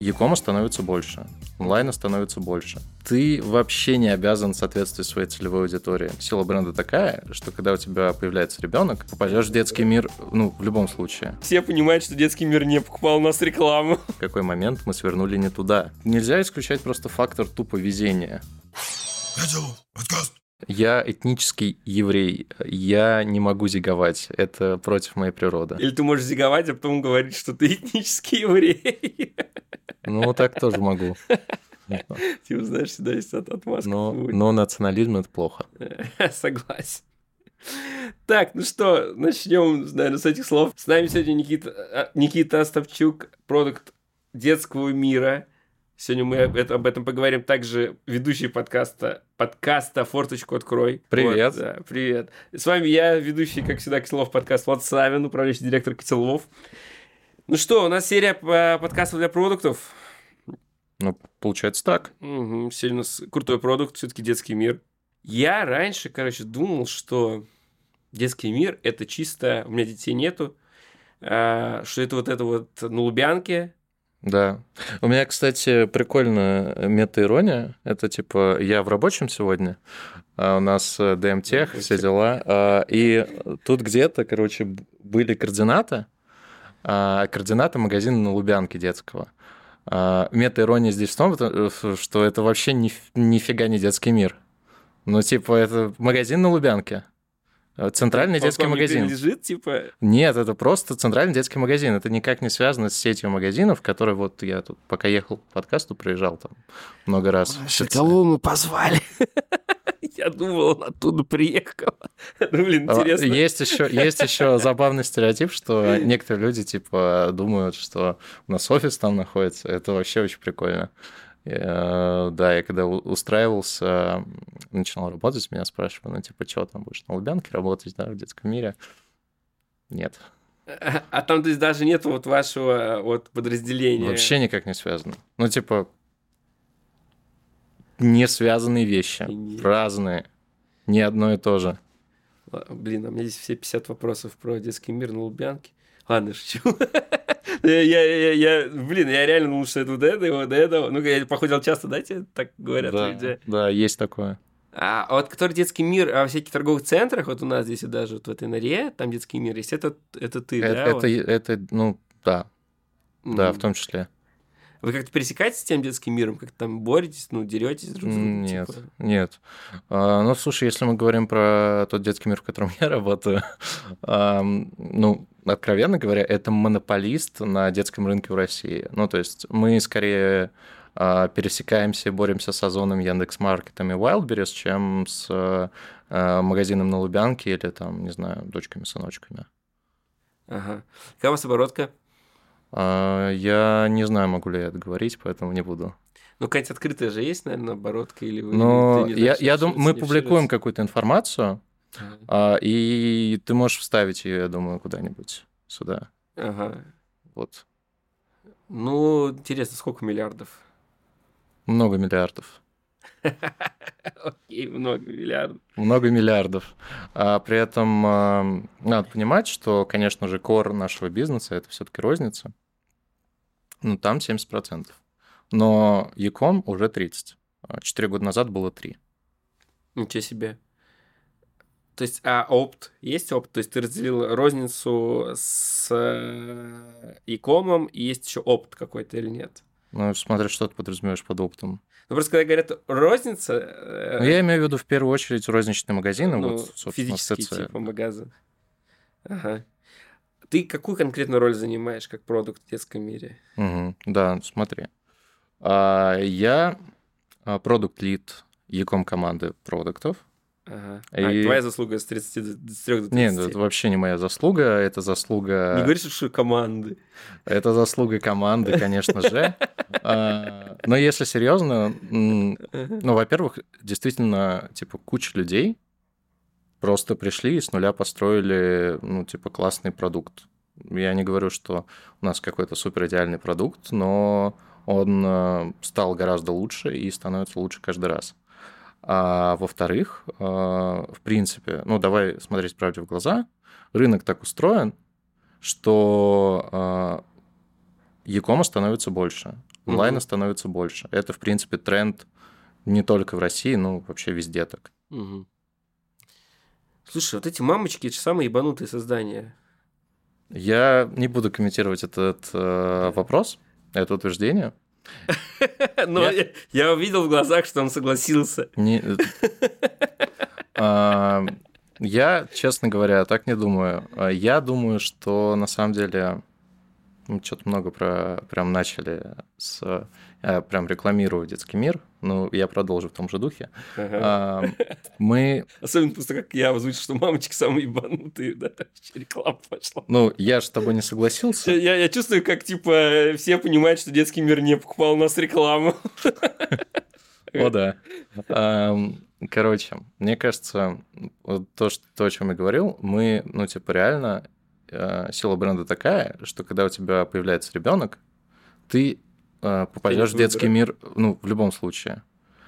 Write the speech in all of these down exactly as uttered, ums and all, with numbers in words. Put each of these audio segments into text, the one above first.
Якома становится больше, онлайна становится больше. Ты вообще не обязан соответствовать своей целевой аудитории. Сила бренда такая, что когда у тебя появляется ребенок, попадешь в детский мир, ну, в любом случае. Все понимают, что детский мир не покупал у нас рекламу. В какой момент мы свернули не туда. Нельзя исключать просто фактор тупо везения. Я этнический еврей, я не могу зиговать, это против моей природы. Или ты можешь зиговать, а потом говорить, что ты этнический еврей. Ну, так тоже могу. Типа, знаешь, всегда есть отмазка. Но, но национализм — это плохо. Согласен. Так, ну что, начнем, наверное, с этих слов. С нами сегодня Никита, Никита Остапчук, продукт детского мира. Сегодня мы об этом поговорим. Также ведущий подкаста, подкаста «Форточку открой». Привет. Вот, да, привет. С вами я, ведущий, как всегда, Котелов подкаст Влад Савин, управляющий директор Котелов. Ну что, у нас серия подкастов для продуктов. Ну, получается так. Угу, сегодня у нас крутой продукт, все-таки детский мир. Я раньше, короче, думал, что детский мир – это чисто... У меня детей нету. Что это вот это вот на Лубянке. Да. У меня, кстати, прикольная мета-ирония. Это типа я в рабочем сегодня, а у нас ди эм-тех, все дела. И тут где-то, короче, были координаты, координаты магазина на Лубянке детского. Мета-ирония здесь в том, что это вообще ни, нифига не детский мир. Ну, типа, это магазин на Лубянке. Центральный Он детский магазин. Лежит, типа... Нет, это просто центральный детский магазин. Это никак не связано с сетью магазинов, которые вот я тут, пока ехал к подкасту, проезжал там много раз. Кого мы позвали? Я думал, он оттуда приехал. Ну, блин, интересно. Есть еще, есть еще забавный стереотип, что некоторые люди типа думают, что у нас офис там находится. Это вообще очень прикольно. Да, я когда устраивался, начинал работать, меня спрашивали, ну, типа, что там будешь на Лубянке работать, да, в детском мире? Нет. А, а там, то есть, даже нет вот вашего вот подразделения? Вообще никак не связано. Ну, типа, не связанные вещи, Нет. разные, не одно и то же. Блин, а у меня здесь все пятьдесят вопросов про детский мир на Лубянке. Ладно, шучу. Я, я, я, блин, я реально думал, что это до этого, до этого. Ну, я походил часто, да, тебе так говорят да, люди? Да, есть такое. А, а вот который детский мир а во всяких торговых центрах, вот у нас здесь даже вот в этой норе, там детский мир есть, это, это ты, это, да? Это, вот? это, ну, да, mm. да, в том числе. Вы как-то пересекаетесь с тем детским миром, как-то там боретесь, ну, деретесь друг с другом? Нет, типа? нет. А, ну, слушай, если мы говорим про тот детский мир, в котором я работаю, а, ну, откровенно говоря, это монополист на детском рынке в России. Ну, то есть мы скорее а, пересекаемся и боремся с Озоном, Яндекс.Маркетом и Wildberries, чем с а, магазином на Лубянке или там, не знаю, дочками-сыночками. Ага. Какая у вас оборотка? Я не знаю, могу ли я это говорить, поэтому не буду. Ну, какая-нибудь открытая же есть, наверное, оборотка? Или вы, Но или я, я думаю, мы публикуем какую-то информацию, ага. и ты можешь вставить ее, я думаю, куда-нибудь сюда. Ага. Вот. Ну, интересно, сколько миллиардов? Много миллиардов. Окей, много миллиардов. Много миллиардов. А при этом а, надо понимать, что, конечно же, кор нашего бизнеса – это все-таки розница. Ну, там семьдесят процентов. Но e-com уже тридцать процентов. Четыре года назад было три. Ничего себе. То есть, а опт? Есть опт? То есть, ты разделил розницу с e-com, и есть еще опт какой-то или нет? Ну, смотри, что ты подразумеваешь под оптом. Ну, просто когда говорят розница... Ну, я имею в виду в первую очередь розничные магазины. Ну, вот, физические типа магазин. Ага. Ты какую конкретную роль занимаешь как продукт в детском мире? Угу, да, смотри. Я продукт-лид e-com команды продуктов. Ага. И... А, твоя заслуга с тридцати до трёх до тридцати? Нет, это вообще не моя заслуга, это заслуга... Не говоришь, что команды. Это заслуга команды, конечно же. Но если серьезно, ну, во-первых, действительно, типа, куча людей просто пришли и с нуля построили, ну, типа, классный продукт. Я не говорю, что у нас какой-то супер идеальный продукт, но он стал гораздо лучше и становится лучше каждый раз. А во-вторых, в принципе, ну, давай смотреть правде в глаза, рынок так устроен, что e-com становится больше, Онлайна Мгм. становится больше. Это, в принципе, тренд не только в России, но вообще везде так. Мгм. Слушай, вот эти мамочки, это же самые ебанутые создания. Я не буду комментировать этот э, вопрос, это утверждение. Но Я я, я увидел в глазах, что он согласился. не, а, я, честно говоря, так не думаю. А Я думаю, что на самом деле мы что-то много про прям начали с э, прям рекламировать детский мир. Ну, я продолжу в том же духе. Ага. А, Мы, Особенно просто как я озвучил, что мамочки самые ебанутые, да, вообще реклама пошла. ну, я же с тобой не Я, согласился. я, я чувствую, как, типа, все понимают, что детский мир не покупал у нас рекламу. О, да. Ам, Короче, мне кажется, вот то, что, то, о чем я говорил, мы, ну, типа, реально, э, сила бренда такая, что когда у тебя появляется ребенок, ты э, попадешь в нет детский выбора. мир, ну, в любом случае.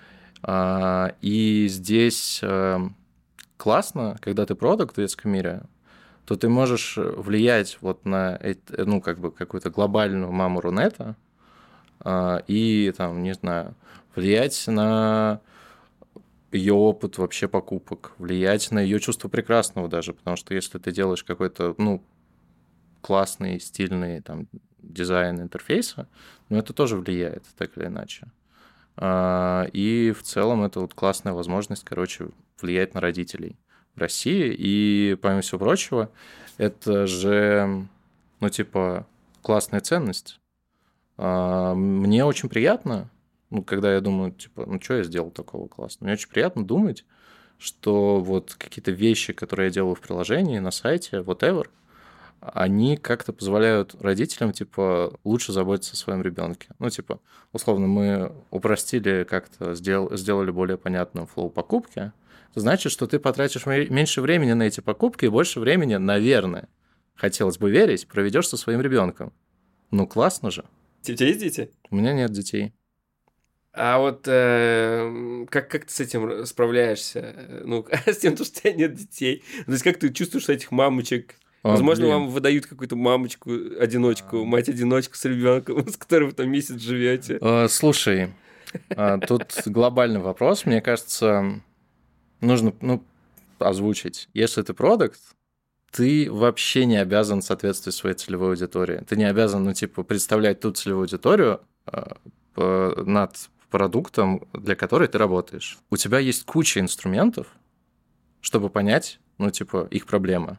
А, И здесь э, классно, когда ты продукт в детском мире, то ты можешь влиять вот на, эт- ну, как бы какую-то глобальную маму Рунета а, и, там, не знаю, влиять на ее опыт вообще покупок, влиять на ее чувство прекрасного даже, потому что если ты делаешь какой-то, ну, классный, стильный там дизайн интерфейса, ну, это тоже влияет так или иначе. А, И в целом это вот классная возможность, короче, влиять на родителей в России. И, помимо всего прочего, это же, ну, типа, классная ценность. А, Мне очень приятно, ну, когда я думаю, типа, ну, что я сделал такого классного? Мне очень приятно думать, что вот какие-то вещи, которые я делаю в приложении, на сайте, whatever, они как-то позволяют родителям, типа, лучше заботиться о своем ребенке. Ну, типа, условно, мы упростили как-то, сделал, сделали более понятным флоу покупки. Это значит, что ты потратишь ме- меньше времени на эти покупки и больше времени, наверное, хотелось бы верить, проведешь со своим ребенком. Ну, классно же. У тебя есть дети? У меня нет детей. А вот э, как, как ты с этим справляешься? Э, Ну, с тем, что у тебя нет детей. То есть, как ты чувствуешь этих мамочек? О, Возможно, блин. вам выдают какую-то мамочку, одиночку, мать-одиночку с ребенком, с которой вы там месяц живете. Э, Слушай, а, тут глобальный вопрос, мне кажется, нужно, ну, озвучить. Если ты продукт, ты вообще не обязан соответствовать своей целевой аудитории. Ты не обязан, ну, типа, представлять ту целевую аудиторию а, по- над продуктом, для которой ты работаешь. У тебя есть куча инструментов, чтобы понять, ну, типа, их проблемы.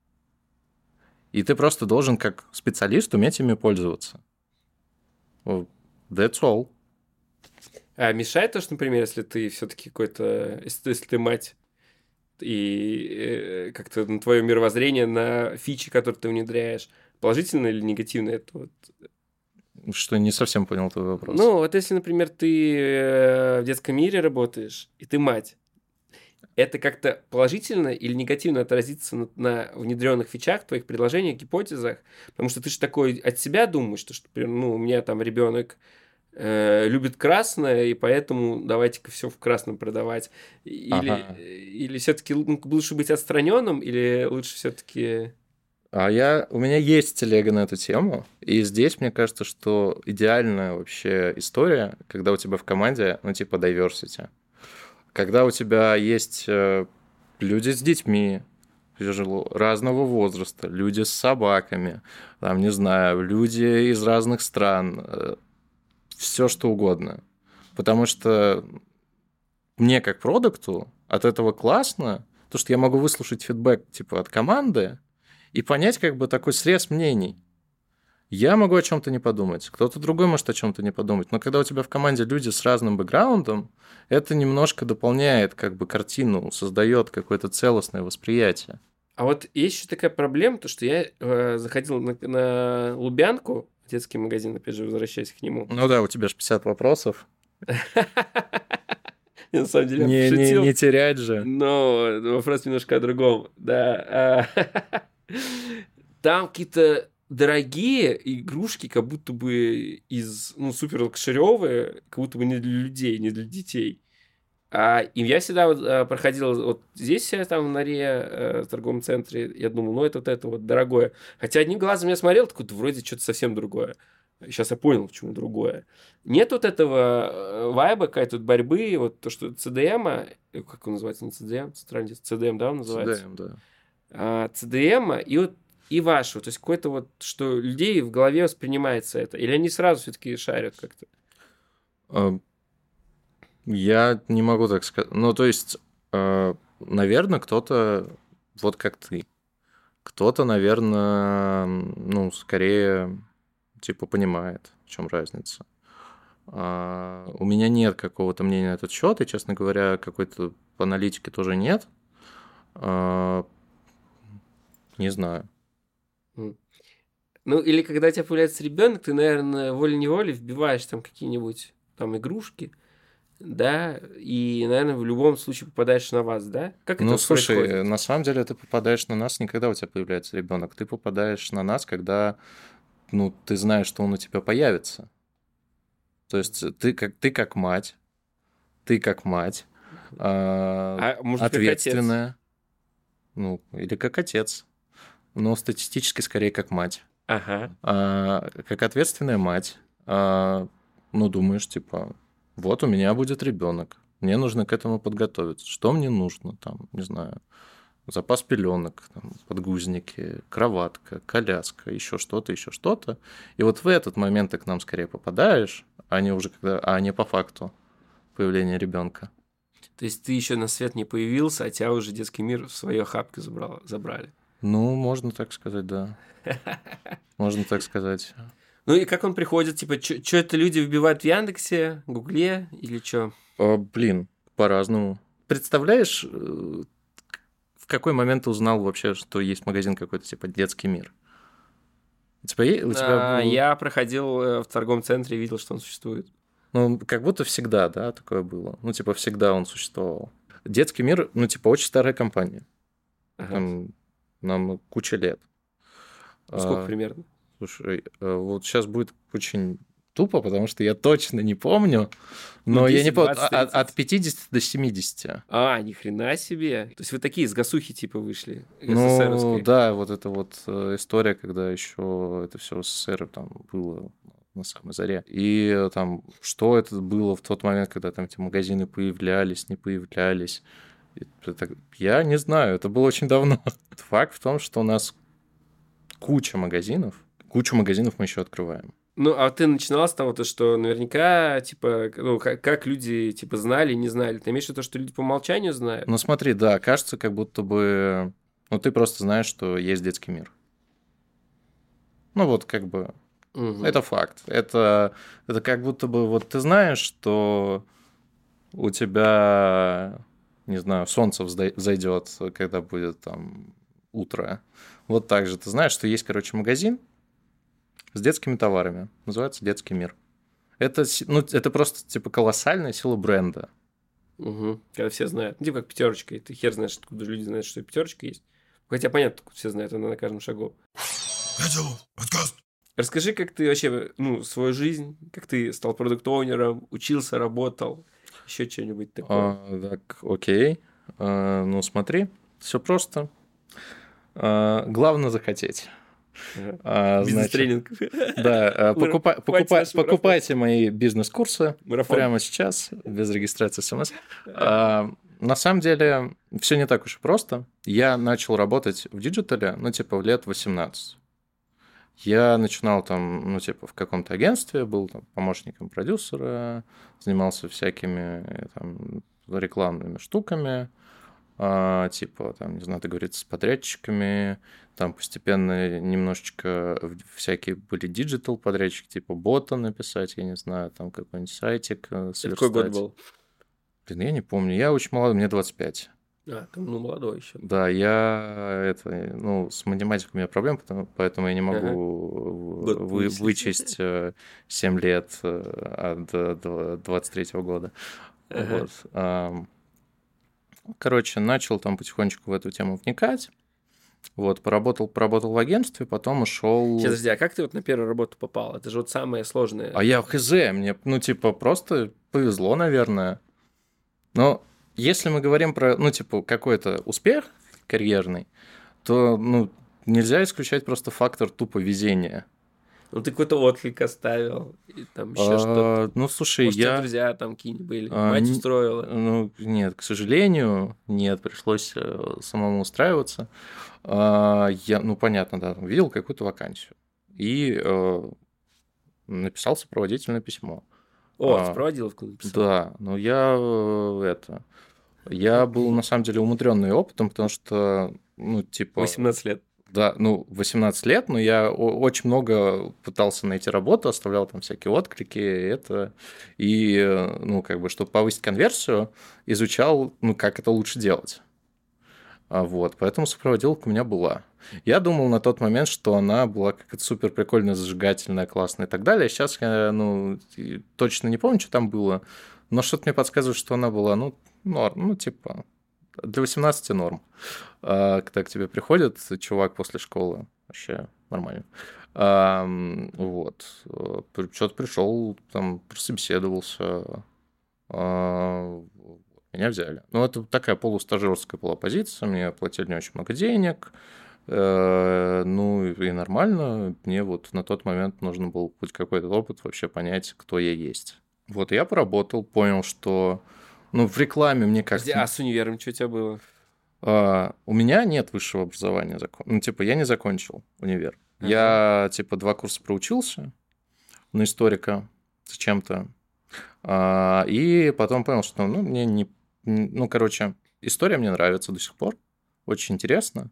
И ты просто должен, как специалист, уметь ими пользоваться. Well, that's all. А мешает то, что, например, если ты все-таки какой-то, если, если ты мать, и э, как-то на твое мировоззрение, на фичи, которые ты внедряешь, положительно или негативно это вот? Что не совсем понял твой вопрос. Ну, вот если, например, ты э, в детском мире работаешь, и ты мать, это как-то положительно или негативно отразится на, на внедренных фичах, твоих предложениях, гипотезах? Потому что ты же такой от себя думаешь, что, что например, ну, у меня там ребенок э, любит красное, и поэтому давайте-ка все в красном продавать. Или, Ага. или все-таки лучше быть отстраненным, или лучше все-таки... А я, у меня есть телега на эту тему, и здесь мне кажется, что идеальная вообще история, когда у тебя в команде, ну, типа, diversity. Когда у тебя есть э, люди с детьми, тяжело, разного возраста, люди с собаками, там, не знаю, люди из разных стран, все что угодно. Потому что мне как продукту от этого классно, то, что я могу выслушать фидбэк типа от команды и понять как бы такой срез мнений. Я могу о чем-то не подумать, кто-то другой может о чем-то не подумать, но когда у тебя в команде люди с разным бэкграундом, это немножко дополняет как бы картину, создает какое-то целостное восприятие. А вот есть еще такая проблема, то что я э, заходил на, на Лубянку, детский магазин, опять же, возвращаясь к нему. Ну да, у тебя же пятьдесят вопросов. На самом деле я Не, не, пошутил. не терять же. Но вопрос немножко о другом. Да. а, Там какие-то дорогие игрушки, как будто бы из, ну, супер лакшеревые, как будто бы не для людей, не для детей. А, и я всегда вот, а, проходил вот здесь, я там в Норе, э, в торговом центре, я думал, ну, это вот это вот дорогое. Хотя одним глазом я смотрел, такой, да вроде что-то совсем другое. Сейчас я понял, почему другое. Нет вот этого вайба, какая-то борьбы, вот то, что ЦДМ, как он называется, не ЦДМ, центральный ЦДМ, да, он называется? ЦДМ, да. А, ЦДМ и вот и вашего, то есть какой-то вот, что людей в голове воспринимается это, или они сразу все-таки шарят как-то? Я не могу так сказать. Ну, то есть, наверное, кто-то вот как ты. Кто-то, наверное, ну, скорее, типа, понимает, в чем разница. А, у меня нет какого-то мнения на этот счет, и, честно говоря, какой-то аналитики тоже нет. А, не знаю. Ну, или когда у тебя появляется ребенок, ты, наверное, волей-неволей вбиваешь там какие-нибудь там игрушки, да, и, наверное, в любом случае попадаешь на вас, да? Как ну, это слушай, происходит? на самом деле ты попадаешь на нас не когда у тебя появляется ребенок, ты попадаешь на нас, когда, ну, ты знаешь, что он у тебя появится. То есть ты как, ты как мать, ты как мать, а, А может, ответственная, ну, или как отец, но статистически скорее как мать. Ага. А, как ответственная мать, а, ну, думаешь, типа, вот у меня будет ребенок, мне нужно к этому подготовиться. Что мне нужно? Там, не знаю, запас пеленок, там, подгузники, кроватка, коляска, еще что-то, еще что-то. И вот в этот момент ты к нам скорее попадаешь, а не уже когда, а не по факту появления ребенка. То есть ты еще на свет не появился, а тебя уже детский мир в свою охапку забрал, забрали. Ну, можно так сказать, да. Можно так сказать. Ну и как он приходит? Типа, что это люди вбивают в Яндексе, Гугле или что? О, блин, по-разному. Представляешь, в какой момент ты узнал вообще, что есть магазин какой-то типа детский мир? У тебя, у тебя А, был... я проходил в торговом центре и видел, что он существует. Ну, как будто всегда, да, такое было. Ну, типа, всегда он существовал. Детский мир, ну, типа, очень старая компания. Ага. Там, нам куча лет. Сколько а, примерно? Слушай, вот сейчас будет очень тупо, потому что я точно не помню, но ну, десять, я не помню, двадцать, от, от пятидесяти до семидесяти. А, ни хрена себе. То есть вы такие из гасухи типа вышли? Ну, да, вот эта вот история, когда еще это все в СССР там было на самой заре. И там, что это было в тот момент, когда там эти магазины появлялись, не появлялись. Это, я не знаю, это было очень давно. Факт в том, что у нас куча магазинов, кучу магазинов мы еще открываем. Ну, а ты начинал с того, что наверняка, типа, ну, как, как люди, типа, знали, не знали. Ты имеешь в виду, что люди по умолчанию знают? Ну, смотри, да, кажется, как будто бы... Ну, ты просто знаешь, что есть детский мир. Ну, вот как бы... Угу. Это факт. Это, это как будто бы... Вот ты знаешь, что у тебя, не знаю, солнце взойдет, когда будет там утро. Вот так же. Ты знаешь, что есть, короче, магазин с детскими товарами. Называется «Детский мир». Это, ну, это просто, типа, колоссальная сила бренда. Угу. Когда все знают. Ну, типа как пятерочка. И ты хер знаешь, откуда люди знают, что пятерочка есть. Хотя понятно, откуда все знают, она на каждом шагу. Расскажи, как ты вообще, ну, свою жизнь, как ты стал продукт-оунером, учился, работал, еще что-нибудь такое. А, так, окей. А, ну, смотри, все просто. А, главное захотеть. Ага. Бизнес-тренинг. Да, покупай, покупай, покупайте мои бизнес-курсы марафон. Прямо сейчас, без регистрации СМС. А, на самом деле, все не так уж и просто. Я начал работать в диджитале, ну, типа, в лет восемнадцать. Я начинал там, ну, типа, в каком-то агентстве, был там помощником продюсера, занимался всякими там рекламными штуками, а, типа, там, не знаю, договориться с подрядчиками, там постепенно немножечко всякие были диджитал подрядчики, типа бота написать, я не знаю, там какой-нибудь сайтик сверстать. Какой год был? Блин, я не помню, я очень молодой, мне двадцать пять. А, там, ну, молодой еще. Да, я это, ну, с математикой у меня проблем, потому, поэтому я не могу ага. вы, вычесть семь лет от двадцать третьего года. Ага. Вот. Короче, начал там потихонечку в эту тему вникать. Вот, поработал, поработал в агентстве, потом ушел. Сейчас, подожди, а как ты вот на первую работу попал? Это же вот самое сложное. А я в хз, мне, ну, типа, просто повезло, наверное. Но если мы говорим про, ну, типа, какой-то успех карьерный, то, ну, нельзя исключать просто фактор тупо везения. Ну, ты какой-то отклик оставил, и там еще что-то. А, Ну, слушай, Может, у тебя я... друзья там какие-нибудь были? а, Мать н- устроила? Ну, нет, к сожалению, нет, пришлось э, самому устраиваться. А, Я, ну, понятно, да, там видел какую-то вакансию и э, написал сопроводительное письмо. О, ты А, проводил, куда написал? Да, но я э, это... Я был, на самом деле, умудренный опытом, потому что, ну, типа, восемнадцать лет. да, ну, восемнадцать лет, но я о- очень много пытался найти работу, оставлял там всякие отклики, это, и, э, ну, как бы, чтобы повысить конверсию, изучал, ну, как это лучше делать. А Вот, поэтому сопроводилка у меня была. Я думал на тот момент, что она была какая-то супер прикольная, зажигательная, классная и так далее. Сейчас я, ну, и точно не помню, что там было, но что-то мне подсказывает, что она была, ну, норм, ну, типа, для восемнадцати норм. А, когда к тебе приходит чувак после школы, вообще нормально. А, м, вот. Что-то пришел, там, прособеседовался, а, меня взяли. Ну, это такая полустажерская была позиция, мне платили не очень много денег, э, ну и нормально. Мне вот на тот момент нужно был хоть какой-то опыт вообще понять, кто я есть. Вот я поработал, понял, что ну, в рекламе мне Подожди, как-то... а с универом что у тебя было? А, у меня нет высшего образования. закон- Ну, типа, я не закончил универ. Ага. Я, типа, два курса проучился на историка зачем-то. А, и потом понял, что, ну, мне не... Ну, короче, история мне нравится до сих пор. Очень интересно.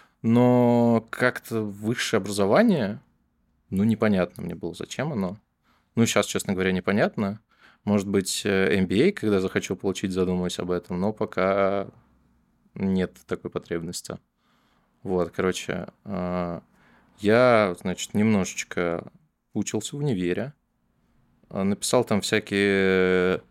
Но как-то высшее образование, ну, непонятно мне было, зачем оно. Ну, сейчас, честно говоря, непонятно. Может быть, э, эм би эй, когда захочу получить, задумаюсь об этом, но пока нет такой потребности. Вот, короче, а, я, значит, немножечко учился в универе, а, написал там всякие...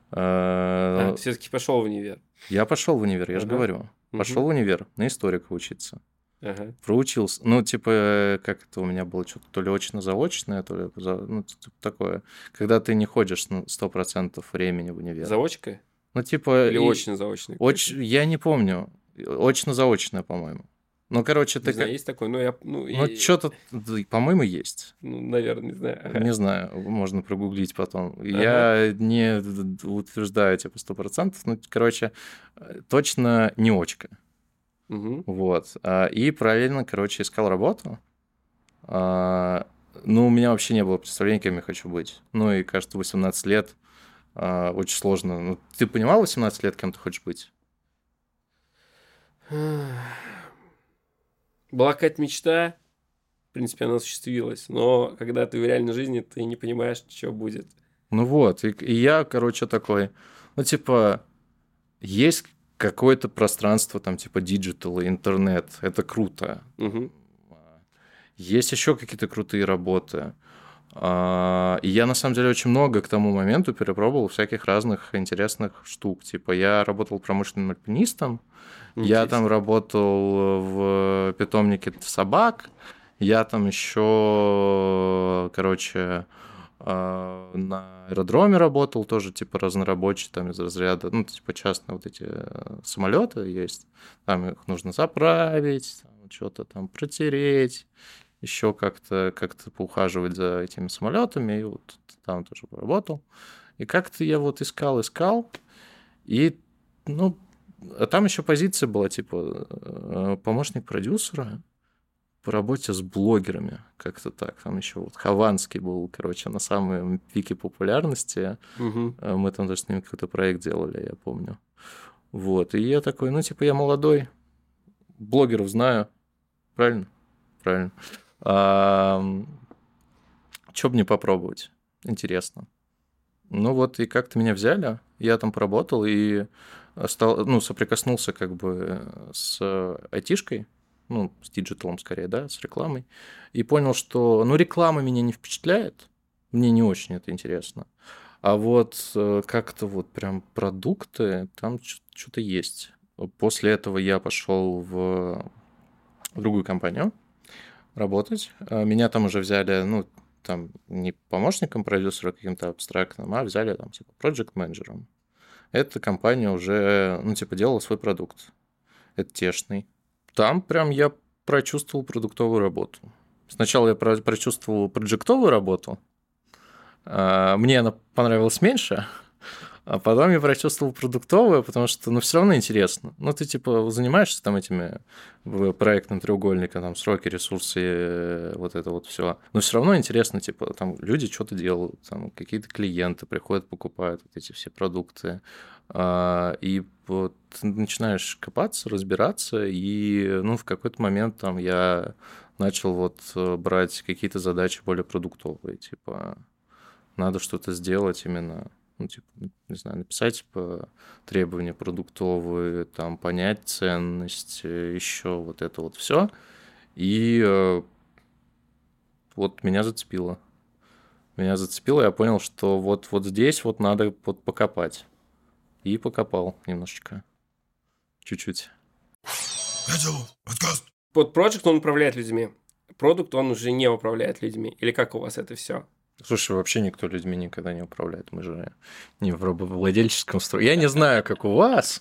А, а, ты все-таки пошел в универ. Я пошел в универ, я же Ага. говорю. Пошел Мгм. в универ на историка учиться. Ага. Проучился. Ну, типа, э, как это у меня было, что-то то ли очно-заочное, то ли... за- Ну, типа такое. Когда ты не ходишь на сто процентов времени в универ. Заочка? Ну, типа... Или и- очно-заочная? Оч... Я не помню. Очно-заочное, по-моему. Ну, короче, Не ты... знаю, ка- есть такой, но я, ну, Ну, и- что-то, по-моему, есть. ну, наверное, не знаю. Ага. Не знаю, можно прогуглить потом. Ага. Я не утверждаю, типа, сто процентов. Ну, короче, э, точно не очка. Мгм. Вот. А, И параллельно, короче, искал работу. А, Ну, у меня вообще не было представления, кем я хочу быть. Ну, и, кажется, восемнадцать лет а, очень сложно. Ну, ты понимал восемнадцать лет, кем ты хочешь быть? Была какая-то мечта, в принципе, она осуществилась, но когда ты в реальной жизни, ты не понимаешь, что будет. Ну вот, и, и я, короче, такой, ну, типа, есть какое-то пространство, там, типа, диджитал, интернет, это круто. Мгм. Есть еще какие-то крутые работы. А, И я, на самом деле, очень много к тому моменту перепробовал всяких разных интересных штук. Типа, я работал промышленным альпинистом, я там Интересно. работал в питомнике собак, я там еще, короче, а, на аэродроме работал, тоже типа разнорабочий, там из разряда, ну, типа частные вот эти самолеты есть, там их нужно заправить, что-то там протереть, еще как-то как-то поухаживать за этими самолетами, и вот там тоже поработал. И как-то я вот искал, искал, и, ну, а там еще позиция была, типа, э, помощник продюсера по работе с блогерами, как-то так. Там еще вот Хованский был, короче, на самом пике популярности. Мгм. Э, Мы там даже с ним какой-то проект делали, я помню. Вот, и я такой, ну, типа, я молодой, блогеров знаю, правильно? Правильно. Что бы мне попробовать? Интересно. Ну вот, и как-то меня взяли, я там поработал и стал, ну, соприкоснулся как бы с айтишкой, ну, с диджиталом скорее, да, с рекламой, и понял, что, ну, реклама меня не впечатляет, мне не очень это интересно, а вот э, как-то вот прям продукты, там что-то есть. После этого я пошел в другую компанию работать. А Меня там уже взяли, ну, там не помощником продюсера каким-то абстрактным, а взяли там типа проект-менеджером. Эта компания уже, ну, типа, делала свой продукт. Это тешный. Там прям я прочувствовал продуктовую работу. Сначала я прочувствовал проджектовую работу, мне она понравилась меньше, а потом я прочувствовал продуктовую, потому что, ну, все равно интересно. Ну, ты, типа, занимаешься там этими проектным треугольником, там, сроки, ресурсы, вот это вот все. Но все равно интересно, типа, там люди что-то делают, там, какие-то клиенты приходят, покупают вот эти все продукты. И вот ты начинаешь копаться, разбираться, и, ну, в какой-то момент там я начал вот брать какие-то задачи более продуктовые, типа, надо что-то сделать именно, ну, типа, не знаю, написать по требования продуктовые, там, понять ценность, еще вот это вот все. И э, вот меня зацепило. Меня зацепило, я понял, что вот, вот здесь вот надо вот покопать. И покопал немножечко. Чуть-чуть. Вот Project, он управляет людьми. Продукт, он уже не управляет людьми. Или как у вас это все? Слушай, вообще никто людьми никогда не управляет. Мы же не в рабовладельческом строе. Я не знаю, как у вас,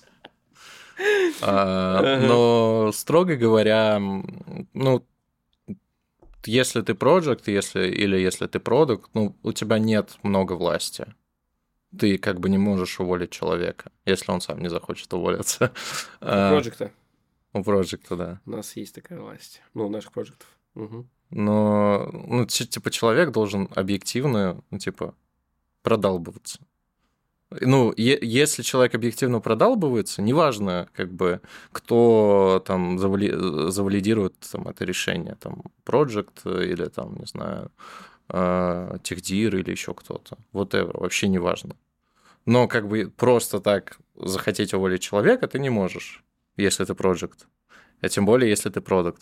но, строго говоря, ну, если ты project, если, или если ты продукт, ну, у тебя нет много власти. Ты как бы не можешь уволить человека, если он сам не захочет уволиться. У проекта. У проекта, да. У нас есть такая власть. Ну, у наших проектов. Угу. Но, ну, типа, человек должен объективно, ну, типа, продалбываться. Ну, е- если человек объективно продалбывается, неважно, как бы, кто там завали- завалидирует там, это решение, там, Project или там, не знаю, техдир или еще кто-то. Whatever, вообще неважно. Но как бы просто так захотеть уволить человека ты не можешь, если ты Project. А тем более, если ты продукт.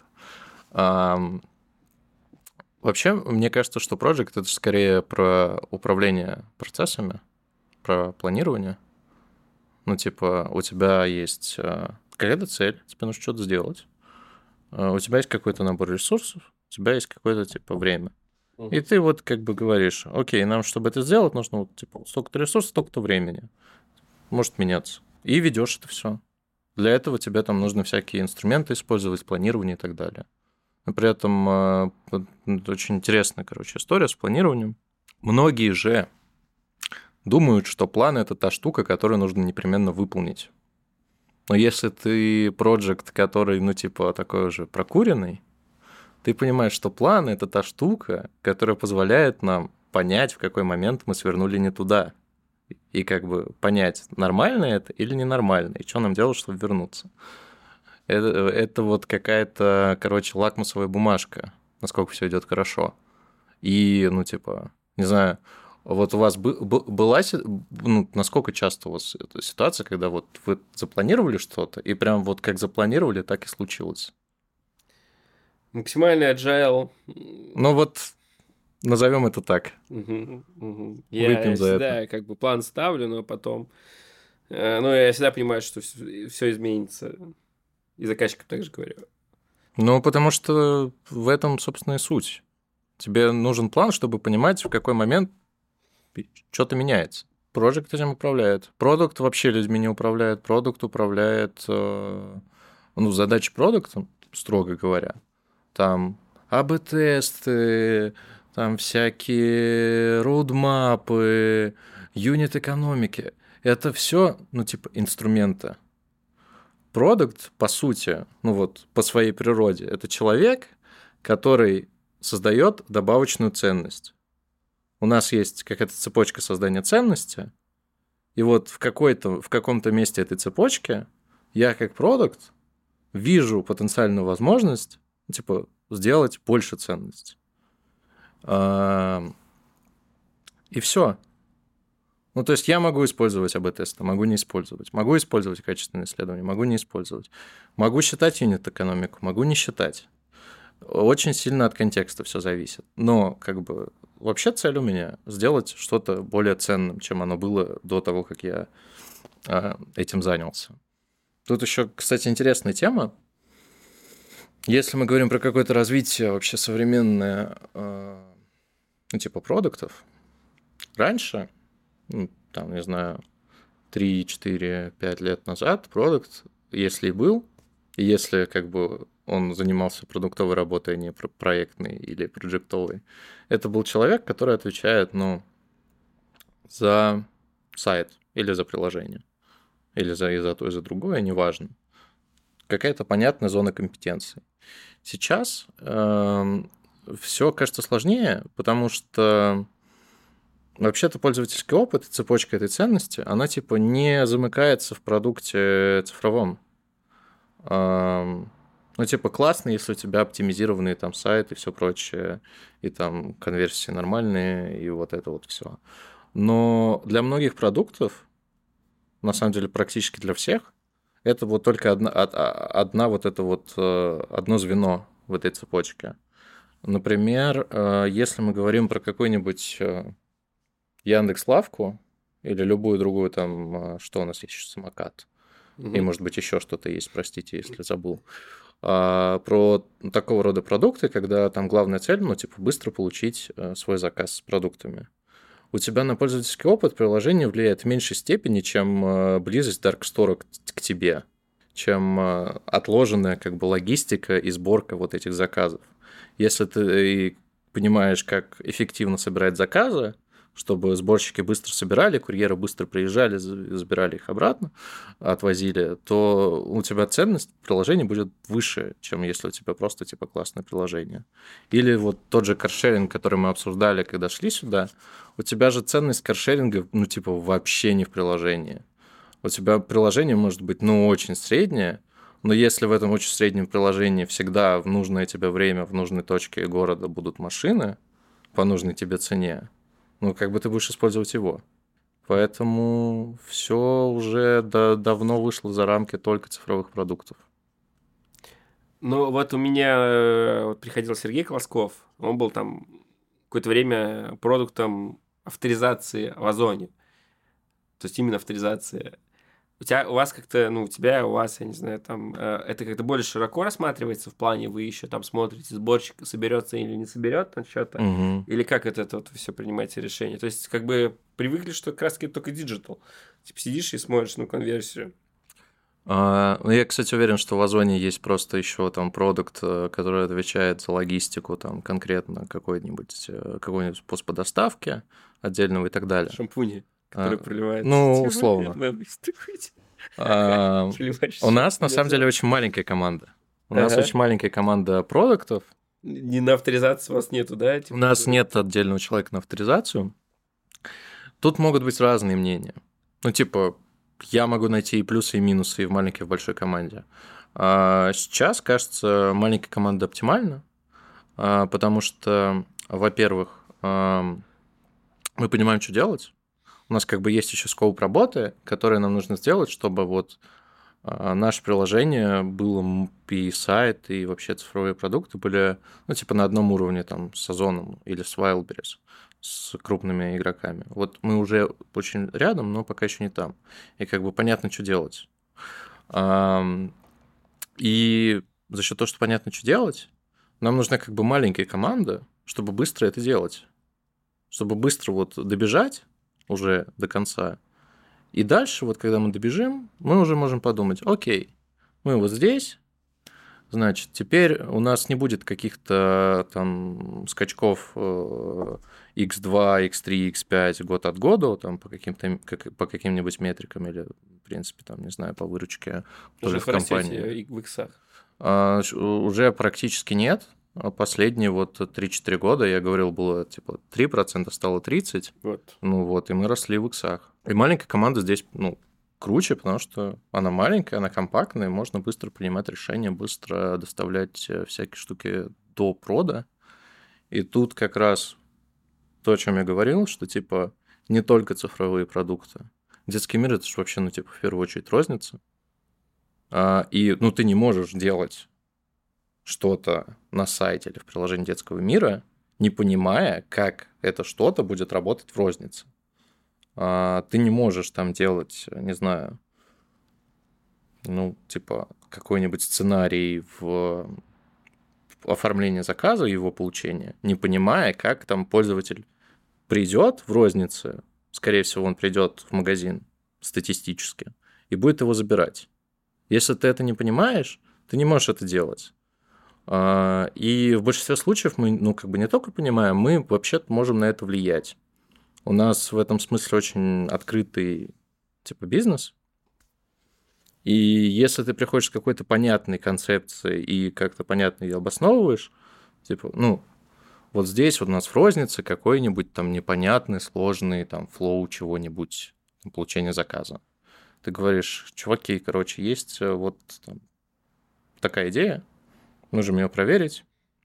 Вообще, мне кажется, что Project — это скорее про управление процессами, про планирование. Ну, типа, у тебя есть какая-то цель, тебе нужно что-то сделать. У тебя есть какой-то набор ресурсов, у тебя есть какое-то, типа, время. Uh-huh. И ты вот как бы говоришь, окей, нам, чтобы это сделать, нужно вот, типа, столько-то ресурсов, столько-то времени. Может меняться. И ведешь это все. Для этого тебе там нужно всякие инструменты использовать, планирование и так далее. Но при этом э, очень интересная, короче, история с планированием. Многие же думают, что план – это та штука, которую нужно непременно выполнить. Но если ты проект, который, ну, типа, такой уже прокуренный, ты понимаешь, что план – это та штука, которая позволяет нам понять, в какой момент мы свернули не туда. И как бы понять, нормально это или ненормально, и что нам делать, чтобы вернуться. Это, это вот какая-то, короче, лакмусовая бумажка, насколько все идет хорошо. И, ну, типа, не знаю, вот у вас бы, была, ну, насколько часто у вас эта ситуация, когда вот вы запланировали что-то, и прям вот как запланировали, так и случилось? Максимальный agile. Ну вот, назовем это так. Угу, угу. Я Выпьем за всегда это. как бы план ставлю, но потом... Э, ну, я всегда понимаю, что все, все изменится. И заказчикам также говорю. Ну, потому что в этом, собственно, и суть. Тебе нужен план, чтобы понимать, в какой момент что-то меняется. Project этим управляет. Продукт вообще людьми не управляет. Продукт управляет... Ну, задачи продукта, строго говоря. Там эй би-тесты, там всякие роудмапы, юнит-экономики. Это все, ну, типа, инструменты. Продукт, по сути, ну вот по своей природе, это человек, который создает добавочную ценность. У нас есть какая-то цепочка создания ценности, и вот в, какой-то, в каком-то месте этой цепочки я как продукт вижу потенциальную возможность, ну, типа, сделать больше ценности. И все. Ну, то есть я могу использовать эй би-тесты, могу не использовать. Могу использовать качественные исследования, могу не использовать. Могу считать юнит-экономику, могу не считать. Очень сильно от контекста все зависит. Но, как бы, вообще цель у меня сделать что-то более ценным, чем оно было до того, как я этим занялся. Тут еще, кстати, интересная тема. Если мы говорим про какое-то развитие вообще современное, ну, типа продуктов, раньше, ну, там, не знаю, три, четыре, пять лет назад продукт, если и был, и если как бы он занимался продуктовой работой, а не проектной или проджектовой. Это был человек, который отвечает, ну, за сайт или за приложение, или за, и за то, и за другое, неважно. Какая-то понятная зона компетенции. Сейчас э, все кажется сложнее, потому что вообще-то пользовательский опыт, цепочка этой ценности, она типа не замыкается в продукте цифровом. Э, ну, типа, классно, если у тебя оптимизированный там сайт и все прочее, и там конверсии нормальные, и вот это вот все. Но для многих продуктов, на самом деле практически для всех, это вот только одна, одна вот это вот одно звено в этой цепочке. Например, если мы говорим про какой-нибудь Яндекс.Лавку или любую другую там, что у нас есть еще, самокат, угу. И может быть еще что-то есть, простите, если забыл. Про такого рода продукты, когда там главная цель, ну, типа, быстро получить свой заказ с продуктами. У тебя на пользовательский опыт приложение влияет в меньшей степени, чем близость Dark Store к тебе, чем отложенная как бы логистика и сборка вот этих заказов. Если ты понимаешь, как эффективно собирать заказы, чтобы сборщики быстро собирали, курьеры быстро приезжали, забирали их обратно, отвозили, то у тебя ценность приложения будет выше, чем если у тебя просто типа классное приложение. Или вот тот же каршеринг, который мы обсуждали, когда шли сюда, у тебя же ценность каршеринга, ну, типа, вообще не в приложении. У тебя приложение может быть, ну, очень среднее, но если в этом очень среднем приложении всегда в нужное тебе время, в нужной точке города будут машины по нужной тебе цене, ну, как бы ты будешь использовать его. Поэтому все уже да, давно вышло за рамки только цифровых продуктов. Ну, вот у меня вот приходил Сергей Колосков, он был там какое-то время продуктом авторизации в Озоне. То есть именно авторизация. У тебя, у вас как-то, ну, у тебя, у вас, я не знаю, там, э, это как-то более широко рассматривается в плане, вы еще там смотрите, сборщик соберется или не соберет там что-то, угу. Или как это, это вот все принимаете решение? То есть, как бы привыкли, что как раз-таки только диджитал. Типа сидишь и смотришь, ну, конверсию. А, ну, я, кстати, уверен, что в Озоне есть просто еще там продукт, который отвечает за логистику, там конкретно какой-нибудь, какой-нибудь пост по доставке отдельного и так далее. Шампуни. Который а, проливается. Ну, условно. А, у нас, на самом деле, очень маленькая команда. У ага. нас очень маленькая команда продуктов. Не на авторизацию у вас нету, да? Типа, у нас нет отдельного человека на авторизацию. Тут могут быть разные мнения. Ну, типа, я могу найти и плюсы, и минусы и в маленькой, и в большой команде. А сейчас, кажется, маленькая команда оптимальна, потому что, во-первых, мы понимаем, что делать. У нас как бы есть еще скоуп работы, который нам нужно сделать, чтобы вот а, наше приложение было, и сайт, и вообще цифровые продукты были, ну, типа на одном уровне там с Озоном или с Wildberries, с крупными игроками. Вот мы уже очень рядом, но пока еще не там. И как бы понятно, что делать. А, и за счет того, что понятно, что делать, нам нужна как бы маленькая команда, чтобы быстро это делать. Чтобы быстро вот добежать уже до конца. И дальше, вот когда мы добежим, мы уже можем подумать, окей, мы вот здесь, значит, теперь у нас не будет каких-то там скачков икс два, икс три, икс пять год от года, там по каким-то как, по каким-нибудь метрикам или, в принципе, там, не знаю, по выручке уже в компании. В иксах. А, уже практически нет. Последние вот три-четыре года, я говорил, было типа три процента, стало тридцать процентов. Вот. Ну вот, и мы росли в иксах. И маленькая команда здесь, ну, круче, потому что она маленькая, она компактная, можно быстро принимать решения, быстро доставлять всякие штуки до прода. И тут как раз то, о чем я говорил, что типа не только цифровые продукты. Детский мир — это же вообще, ну, типа, в первую очередь розница. А, и, ну, ты не можешь делать что-то на сайте или в приложении детского мира, не понимая, как это что-то будет работать в рознице. А, ты не можешь там делать, не знаю, ну, типа, какой-нибудь сценарий в оформлении заказа, его получения, не понимая, как там пользователь придет в рознице, скорее всего, он придет в магазин статистически и будет его забирать. Если ты это не понимаешь, ты не можешь это делать. И в большинстве случаев мы, ну, как бы не только понимаем, мы вообще-то можем на это влиять. У нас в этом смысле очень открытый, типа, бизнес. И если ты приходишь с какой-то понятной концепцией и как-то понятно ее обосновываешь, типа, ну, вот здесь вот у нас в рознице какой-нибудь там непонятный, сложный там флоу чего-нибудь, там, получение заказа. Ты говоришь, чуваки, короче, есть вот там такая идея, нужно ее проверить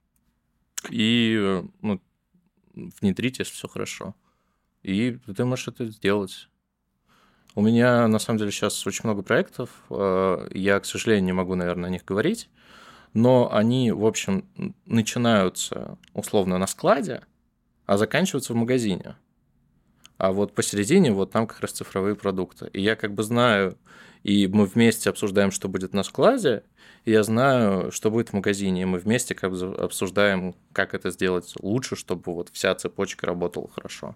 и, ну, внедрить, если все хорошо. И ты можешь это сделать. У меня, на самом деле, сейчас очень много проектов. Я, к сожалению, не могу, наверное, о них говорить, но они, в общем, начинаются условно на складе, а заканчиваются в магазине. А вот посередине вот там как раз цифровые продукты. И я как бы знаю, и мы вместе обсуждаем, что будет на складе, и я знаю, что будет в магазине, и мы вместе как бы обсуждаем, как это сделать лучше, чтобы вот вся цепочка работала хорошо.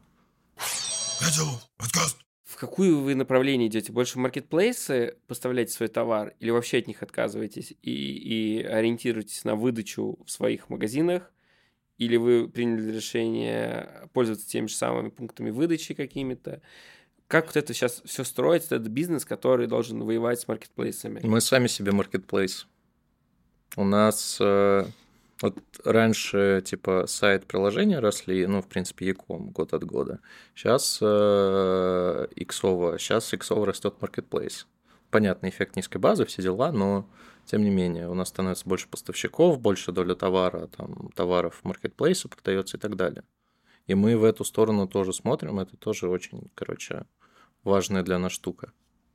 В какую вы направление идете? Больше в маркетплейсы поставляете свой товар или вообще от них отказываетесь и, и ориентируетесь на выдачу в своих магазинах? Или вы приняли решение пользоваться теми же самыми пунктами выдачи какими-то? Как вот это сейчас все строится? Это бизнес, который должен воевать с маркетплейсами. Мы сами себе маркетплейс. У нас э, вот раньше типа сайт приложения росли, ну, в принципе, e-com год от года. Сейчас э, иксово, сейчас иксово растет маркетплейс. Понятный эффект низкой базы, все дела, но тем не менее у нас становится больше поставщиков, больше доля товара, там, товаров в маркетплейсе продается и так далее. И мы в эту сторону тоже смотрим, это тоже очень, короче, важная для нас штука.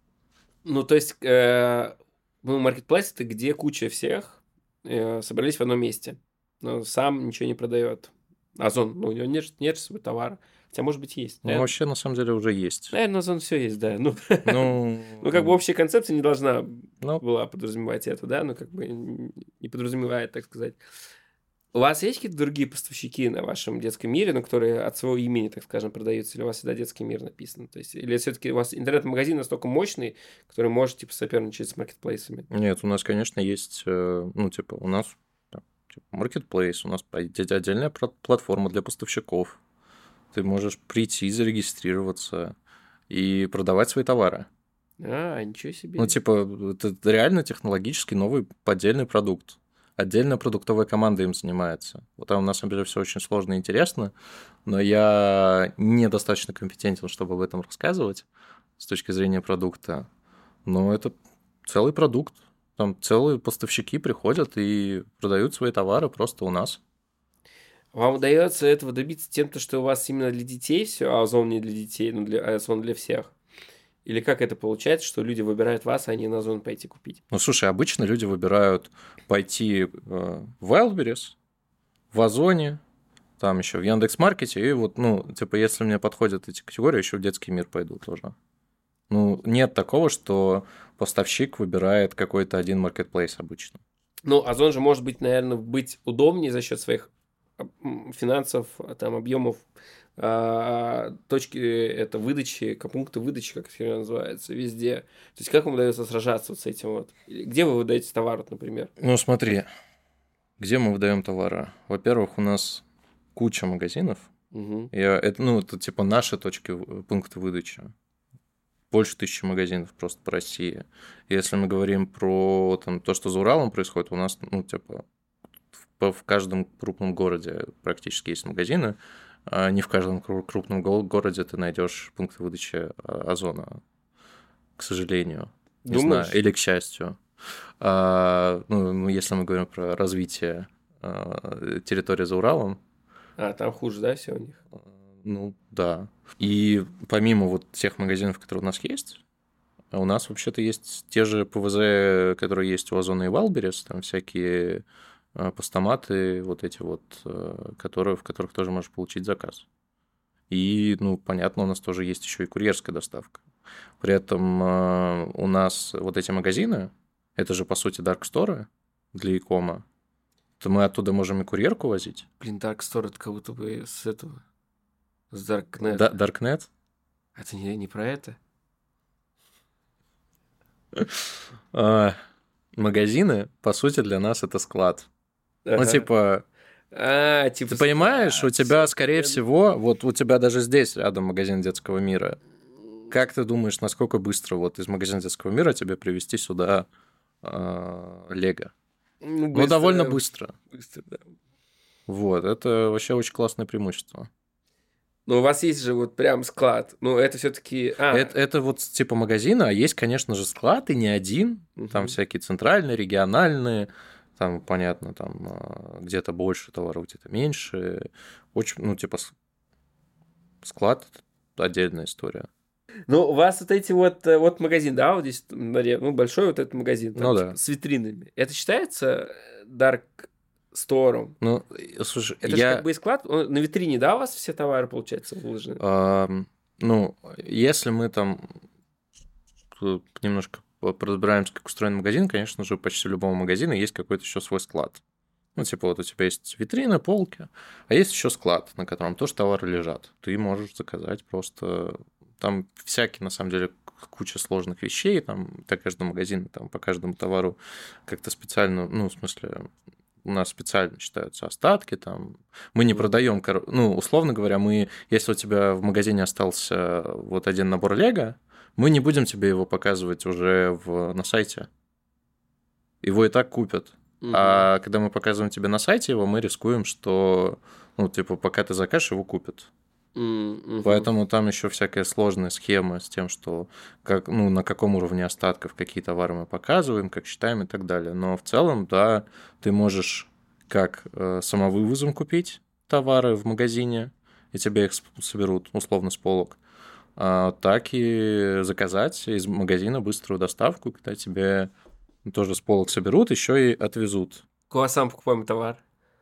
Ну, то есть, э, мы маркетплейс — это где куча всех э, собрались в одном месте, но сам ничего не продает. Озон, ну, у него нет, нет своего товара. Хотя, может быть, есть. Ну, Наверное, вообще, на самом деле, уже есть. наверное, Озон все есть, да. Ну, Ну, ну, как бы общая концепция не должна ну, была подразумевать это, да, ну, как бы не подразумевает, так сказать. У вас есть какие-то другие поставщики на вашем детском мире, ну, которые от своего имени, так скажем, продаются, или у вас всегда детский мир написано? То есть, или все-таки у вас интернет-магазин настолько мощный, который может, типа, соперничать с маркетплейсами? нет, у нас, конечно, есть, э, ну, типа, у нас там, типа, маркетплейс, у нас отдельная пла- платформа для поставщиков. Ты можешь прийти, зарегистрироваться и продавать свои товары. А, ничего себе. Ну, типа, это реально технологический новый поддельный продукт. Отдельная продуктовая команда им занимается. Вот там, на самом деле, все очень сложно и интересно, но я недостаточно компетентен, чтобы об этом рассказывать с точки зрения продукта. Но это целый продукт. Там целые поставщики приходят и продают свои товары просто у нас. Вам удается этого добиться тем, что у вас именно для детей все, а Озон не для детей, ну, для, а Озон для всех? Или как это получается, что люди выбирают вас, а не на Озон пойти купить? Ну, слушай, обычно люди выбирают пойти э, в Wildberries, в Озоне, там еще в Яндекс.Маркете, и вот, ну, типа, если мне подходят эти категории, еще в детский мир пойду тоже. Ну, нет такого, что поставщик выбирает какой-то один маркетплейс обычно. Ну, Озон же может быть, наверное, быть удобнее за счет своих м, финансов, а, там, объемов, а, точки это выдачи, к- пункты выдачи, как это называется, везде. То есть, как вам удается сражаться вот с этим вот? Или где вы выдаете товар, вот, например? Ну, смотри, где мы выдаем товары? Во-первых, у нас куча магазинов. Мгм. Я, это, ну, это типа наши точки, в- пункты выдачи. Больше тысячи магазинов просто по России. Если мы говорим про там, то, что за Уралом происходит, у нас, ну, типа, в, в каждом крупном городе практически есть магазины. А не в каждом кру- крупном го- городе ты найдешь пункты выдачи а, Озона, к сожалению. Не Думаешь? знаю, или к счастью. А, ну, ну, если мы говорим про развитие а, территории за Уралом, А, там хуже, да, все у них? а, ну, да. И помимо вот тех магазинов, которые у нас есть, у нас вообще-то есть те же ПВЗ, которые есть у Озона и Валберес, там всякие а, постаматы, вот эти вот, а, которые, в которых тоже можешь получить заказ. И, ну, понятно, у нас тоже есть еще и курьерская доставка. При этом а, у нас вот эти магазины, это же, по сути, дарксторы для икома, то мы оттуда можем и курьерку возить. Блин, Dark Store это как будто бы с этого, с Darknet. Да, Даркнет. Это не, не про это? А, магазины, по сути, для нас это склад. Ну, Ага. типа, А, типа... ты понимаешь, а, у тебя, всё, скорее я- всего, вот у тебя даже здесь рядом магазин детского мира. Как ты думаешь, насколько быстро вот из магазина детского мира тебе привезти сюда э, Лего? Ну, Ну, довольно быстро. быстро. Быстро, да. Вот, это вообще очень классное преимущество. Но у вас есть же вот прям склад. Ну, это все-таки... А, Это, это вот типа магазина, а есть, конечно же, склад, и не один. Там мгм. всякие центральные, региональные, там, понятно, там а, где-то больше товаров, где-то меньше. Очень, ну, типа, с- склад – это отдельная история. Ну, у вас вот эти вот, э, вот магазин, да, вот здесь, наре- ну, большой вот этот магазин, там, Ну типа, да. с витринами. Это считается э, Dark Стором? Ну, и, слушай, Это же как я... бы и склад. Он- на витрине, да, у вас все товары, получается, выложены? ам, ну, если мы там тут немножко по- поразбираемся, как устроен магазин, конечно же, почти у любого магазина есть какой-то еще свой склад. Ну, типа, вот у тебя есть витрина, полки, а есть еще склад, на котором тоже товары лежат. Ты можешь заказать просто... Там всякие, на самом деле, к- куча сложных вещей, там, для каждого магазина, там, по каждому товару как-то специально, ну, в смысле, у нас специально считаются остатки, там, мы не Мгм. продаем, ну, условно говоря, мы, если у тебя в магазине остался вот один набор Лего, мы не будем тебе его показывать уже в, на сайте. Его и так купят. Мгм. А когда мы показываем тебе на сайте его, мы рискуем, что, ну, типа, пока ты закажешь, его купят. М, мгм. Поэтому там еще всякая сложная схема с тем, что как, ну, на каком уровне остатков какие товары мы показываем, как считаем и так далее. Но в целом, да, ты можешь как э, самовывозом купить товары в магазине, и тебе их сп- соберут, условно, с полок, а, так и заказать из магазина быструю доставку, когда тебе тоже с полок соберут, еще и отвезут. Круассан покупаем товар.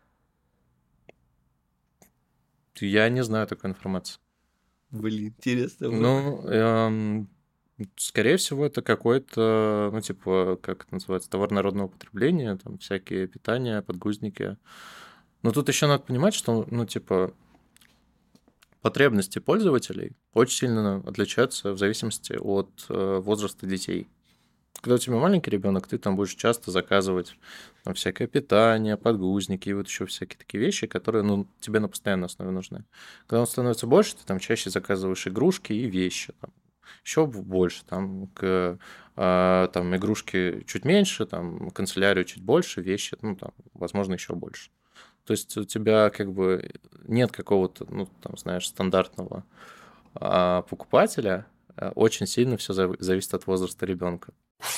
Я не знаю такой информации. Блин, интересно. было. Ну, эм, скорее всего, это какой-то, ну, типа, как это называется, товар народного потребления, там всякие питания, подгузники. Но тут еще надо понимать, что, ну, типа, потребности пользователей очень сильно отличаются в зависимости от э, возраста детей. Когда у тебя маленький ребенок, ты там будешь часто заказывать там, всякое питание, подгузники и вот еще всякие такие вещи, которые ну, тебе на постоянной основе нужны. Когда он становится больше, ты там чаще заказываешь игрушки и вещи. Там, еще больше, там, к, а, там игрушки чуть меньше, там, канцелярию чуть больше, вещи, ну, там, возможно, еще больше. То есть у тебя как бы нет какого-то, ну, там, знаешь, стандартного а, покупателя. А, Очень сильно все зависит от возраста ребенка.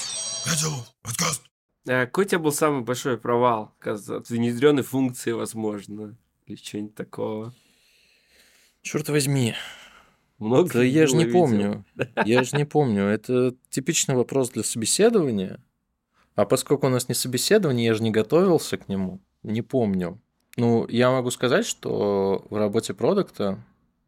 А какой у тебя был самый большой провал? Оказывается, от внедренной функции, возможно. Или что-нибудь такого. Черт возьми, Много да их я же было, не видимо. помню. Я же не помню. Это типичный вопрос для собеседования. А поскольку у нас не собеседование, я же не готовился к нему. Не помню. Ну, я могу сказать, что в работе продукта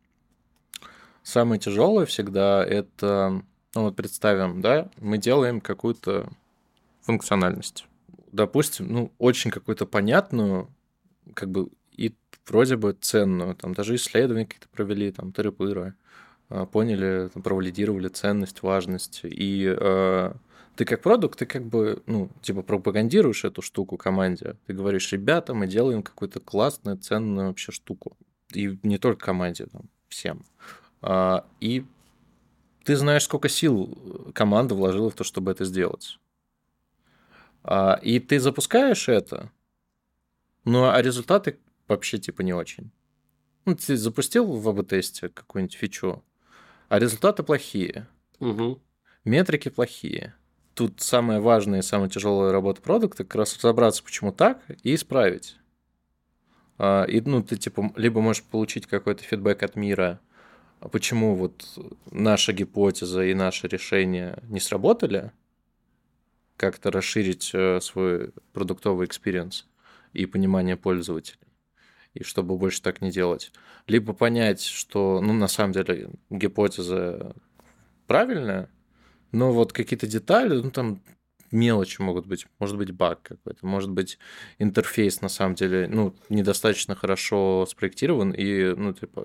самое тяжелое всегда это, ну вот представим, да, мы делаем какую-то функциональность. Допустим, ну, очень какую-то понятную, как бы и вроде бы ценную. Там даже исследования какие-то провели, там, тыры-пыры. а, поняли, там, провалидировали ценность, важность. И э, ты как продукт, ты как бы, ну, типа пропагандируешь эту штуку команде. Ты говоришь, ребята, мы делаем какую-то классную, ценную вообще штуку. И не только команде, там, всем. А, и ты знаешь, сколько сил команда вложила в то, чтобы это сделать. А, и ты запускаешь это, ну, а результаты вообще типа не очень. Ну, ты запустил в эй би-тесте какую-нибудь фичу, а результаты плохие. Мгм. Метрики плохие. Тут самая важная и самая тяжелая работа продукта как раз разобраться, почему так, и исправить. А, И, ну, ты, типа, либо можешь получить какой-то фидбэк от мира, а почему вот наша гипотеза и наше решение не сработали, как-то расширить э, свой продуктовый экспириенс и понимание пользователей, и чтобы больше так не делать. Либо понять, что, ну, на самом деле, гипотеза правильная, но вот какие-то детали, ну, там мелочи могут быть. Может быть, баг какой-то, может быть, интерфейс, на самом деле, ну, недостаточно хорошо спроектирован, и, ну, типа,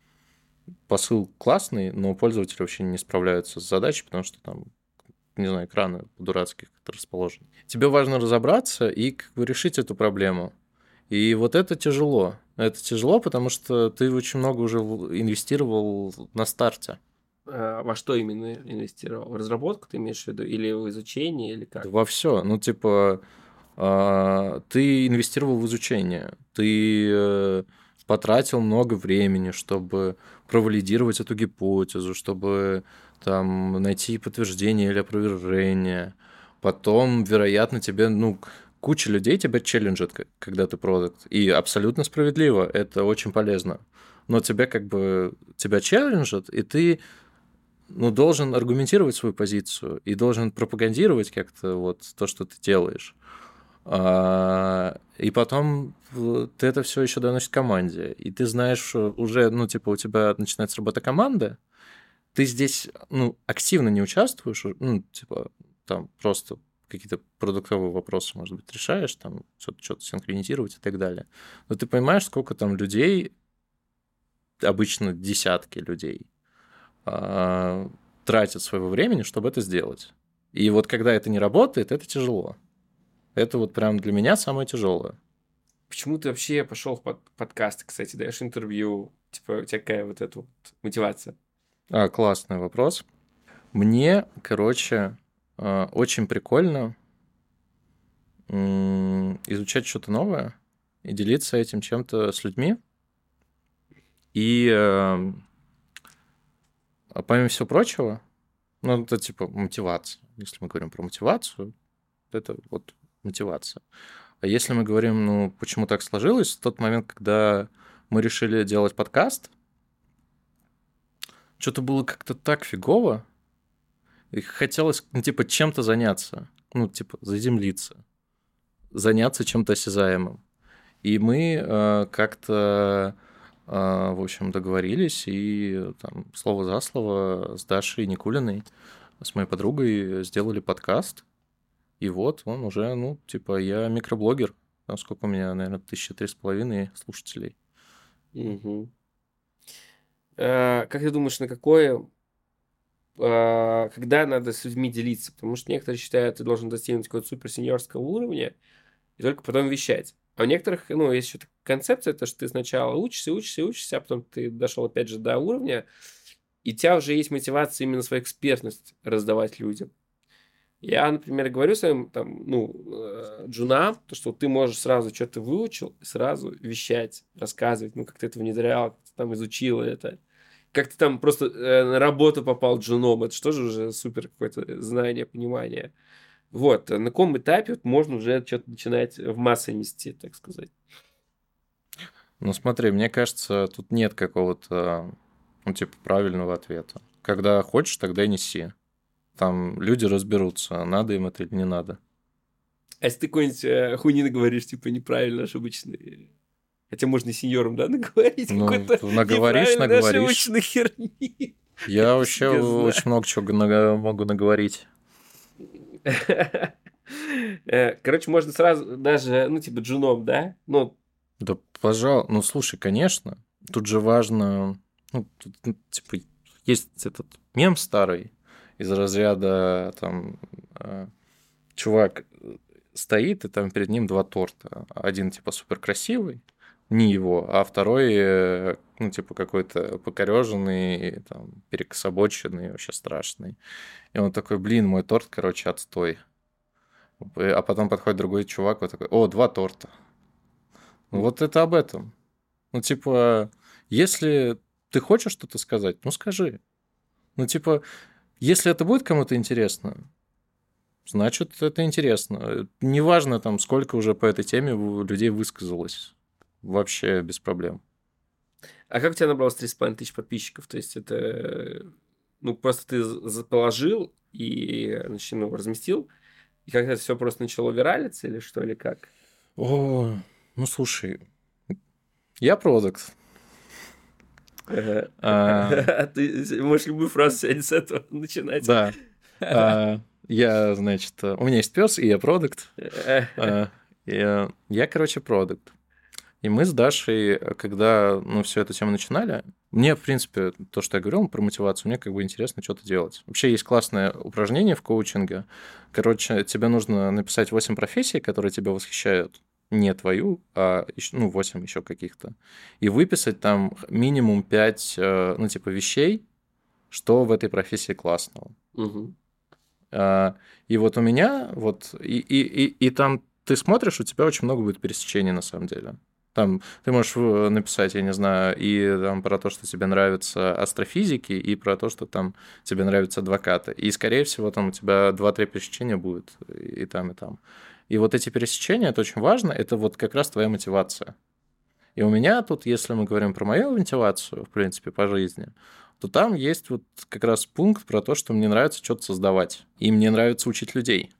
посыл классный, но пользователи вообще не справляются с задачей, потому что там, не знаю, экраны дурацкие как-то расположены. Тебе важно разобраться и как бы решить эту проблему. И вот это тяжело. Это тяжело, потому что ты очень много уже инвестировал на старте. А во что именно инвестировал? В разработку ты имеешь в виду? Или в изучение, или как? Во все. Ну, типа, а, ты инвестировал в изучение. Ты э, потратил много времени, чтобы провалидировать эту гипотезу, чтобы там найти подтверждение или опровержение. Потом, вероятно, тебе, ну, куча людей тебя челленджит, к- когда ты продукт. И абсолютно справедливо, это очень полезно. Но тебя как бы, тебя челленджат, и ты, ну, должен аргументировать свою позицию и должен пропагандировать как-то вот то, что ты делаешь. А, И потом в- ты это все еще доносишь команде. И ты знаешь, что уже, ну, типа, у тебя начинается работа команды, ты здесь, ну, активно не участвуешь, ну, типа, там просто какие-то продуктовые вопросы, может быть, решаешь, там что-то, что-то синхронизировать и так далее. Но ты понимаешь, сколько там людей, обычно десятки людей, а, тратят своего времени, чтобы это сделать. И вот когда это не работает, это тяжело. Это вот прям для меня самое тяжелое. Почему ты вообще пошел в под- подкаст, кстати, даешь интервью? Типа, у тебя какая вот эта вот мотивация? А, классный вопрос. Мне, короче, а, очень прикольно м, изучать что-то новое и делиться этим чем-то с людьми. И э, а помимо всего прочего, ну, это типа мотивация. Если мы говорим про мотивацию, это вот мотивация. А если мы говорим, ну, почему так сложилось, в тот момент, когда мы решили делать подкаст, что-то было как-то так фигово, и хотелось, ну, типа, чем-то заняться, ну, типа, заземлиться, заняться чем-то осязаемым. И мы э, как-то, э, в общем, договорились, и там слово за слово с Дашей Никулиной, с моей подругой, сделали подкаст. И вот он уже, ну, типа, я микроблогер. Там сколько у меня, наверное, тысяча три с половиной слушателей. Мгм. А, как ты думаешь, на какое, а, когда надо с людьми делиться? Потому что некоторые считают, ты должен достигнуть какого-то суперсеньорского уровня и только потом вещать. А у некоторых, ну, есть еще такая концепция, то, что ты сначала учишься, учишься, учишься, а потом ты дошел, опять же, до уровня, и у тебя уже есть мотивация именно свою экспертность раздавать людям. Я, например, говорю своим там, ну, э, джунам, то, что ты можешь сразу что-то выучил, и сразу вещать, рассказывать, ну, как ты это внедрял, как ты там изучил это. Как ты там просто э, на работу попал джуном, это что же уже супер какое-то знание, понимание. Вот, на каком этапе вот можно уже что-то начинать в массы нести, так сказать. Ну, смотри, мне кажется, тут нет какого-то, ну, типа, правильного ответа. Когда хочешь, тогда и неси. Там люди разберутся, надо им это или не надо. А если ты какой-нибудь э, хуйни наговоришь, типа неправильно ошибочный, хотя можно и сеньором, да, наговорить Ну, какой-то наговоришь, неправильно наговоришь. ошибочной херни. Я По вообще себе знаю. очень много чего нага- могу наговорить. Э, Короче, можно сразу даже, ну, типа, джуном, да? Ну, Да, пожалуй. Ну, слушай, конечно, тут же важно, ну, тут, ну, типа, есть этот мем старый из разряда, там, э, чувак э, стоит, и там перед ним два торта. Один, типа, супер красивый, не его, а второй, э, ну, типа, какой-то покореженный, там, перекособоченный, вообще страшный. И он такой, блин, мой торт, короче, отстой. А потом подходит другой чувак, вот такой, о, два торта. Ну, вот это об этом. Ну, типа, если ты хочешь что-то сказать, ну, скажи. Ну, типа, если это будет кому-то интересно, значит, это интересно. Неважно, там, сколько уже по этой теме у людей высказалось. Вообще без проблем. а как у тебя набралось три с половиной тысяч подписчиков? То есть это, э, ну, просто ты з- положил и, значит, ну, разместил, и как это все просто начало виралиться или что, или как? О, ну, слушай, я продукт. Ага. А, А ты можешь любую фразу сегодня с этого начинать. да. А, я, значит, у меня есть пес, и я продукт. А, я, я, короче, продукт. И мы с Дашей, когда ну, всю эту тему начинали, мне, в принципе, то, что я говорил про мотивацию, мне как бы интересно что-то делать. Вообще есть классное упражнение в коучинге. Короче, тебе нужно написать восемь профессий, которые тебя восхищают. не твою, а ещё, ну, восемь еще каких-то, и выписать там минимум пять, ну, типа, вещей, что в этой профессии классного. Угу. И вот у меня, вот, и, и, и, и там ты смотришь, у тебя очень много будет пересечений на самом деле. Там ты можешь написать, я не знаю, и там про то, что тебе нравятся астрофизики, и про то, что там тебе нравятся адвокаты. И, скорее всего, там у тебя два-три пересечения будет и там, и там. И вот эти пересечения, это очень важно, это вот как раз твоя мотивация. И у меня тут, если мы говорим про мою мотивацию, в принципе, по жизни, то там есть вот как раз пункт про то, что мне нравится что-то создавать. И мне нравится учить людей.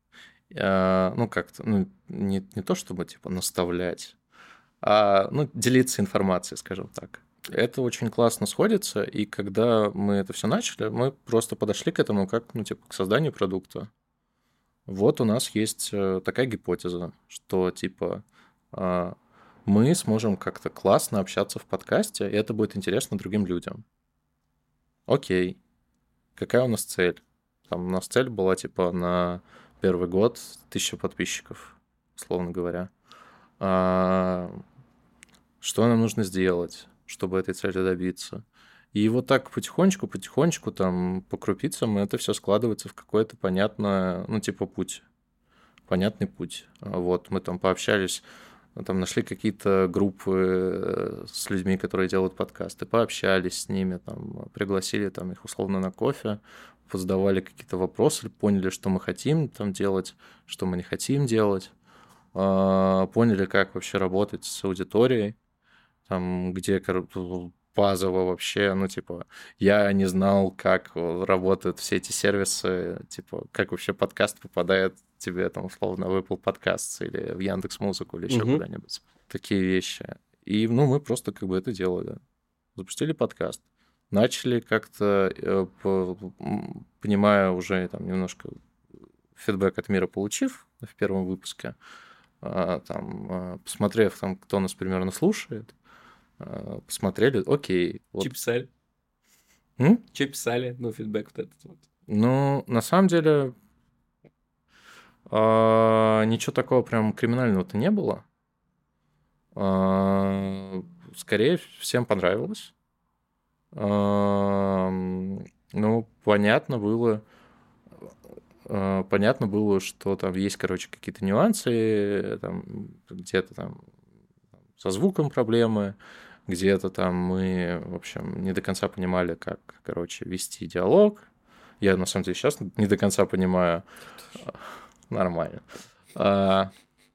Ну, как-то, ну, не, не то, чтобы, типа, наставлять, а, ну, делиться информацией, скажем так. Это очень классно сходится, и когда мы это все начали, мы просто подошли к этому как, ну, типа, к созданию продукта. Вот у нас есть такая гипотеза, что, типа, мы сможем как-то классно общаться в подкасте, и это будет интересно другим людям. Окей. Какая у нас цель? Там у нас цель была, типа, на первый год тысяча подписчиков, условно говоря. А что нам нужно сделать, чтобы этой цели добиться? И вот так потихонечку-потихонечку, там, по крупицам это все складывается в какое-то понятное, ну, типа, путь. Понятный путь. Вот, мы там пообщались, там нашли какие-то группы с людьми, которые делают подкасты, пообщались с ними, там, пригласили там, их условно на кофе, задавали какие-то вопросы, поняли, что мы хотим там делать, что мы не хотим делать, поняли, как вообще работать с аудиторией, там, где базово вообще, ну, типа, я не знал, как работают все эти сервисы, типа, как вообще подкаст попадает тебе, там, условно, в Apple Podcasts или в Яндекс.Музыку или еще Мгм. куда-нибудь. Такие вещи. И, ну, мы просто как бы это делали. Запустили подкаст. Начали как-то, э, по- м, понимая уже там немножко фидбэк от мира получив в первом выпуске, а, там, а, посмотрев, там, кто нас примерно слушает, а, посмотрели, окей. Вот. Че писали? М? Че писали? Ну, фидбэк вот этот вот. Ну, на самом деле, а, ничего такого прям криминального-то не было. А, Скорее, всем понравилось. А, м, Ну, понятно было, а, понятно было, что там есть, короче, какие-то нюансы, там где-то там со звуком проблемы, где-то там мы, в общем, не до конца понимали, как, короче, вести диалог. Я, на самом деле, сейчас не до конца понимаю. Нормально. А,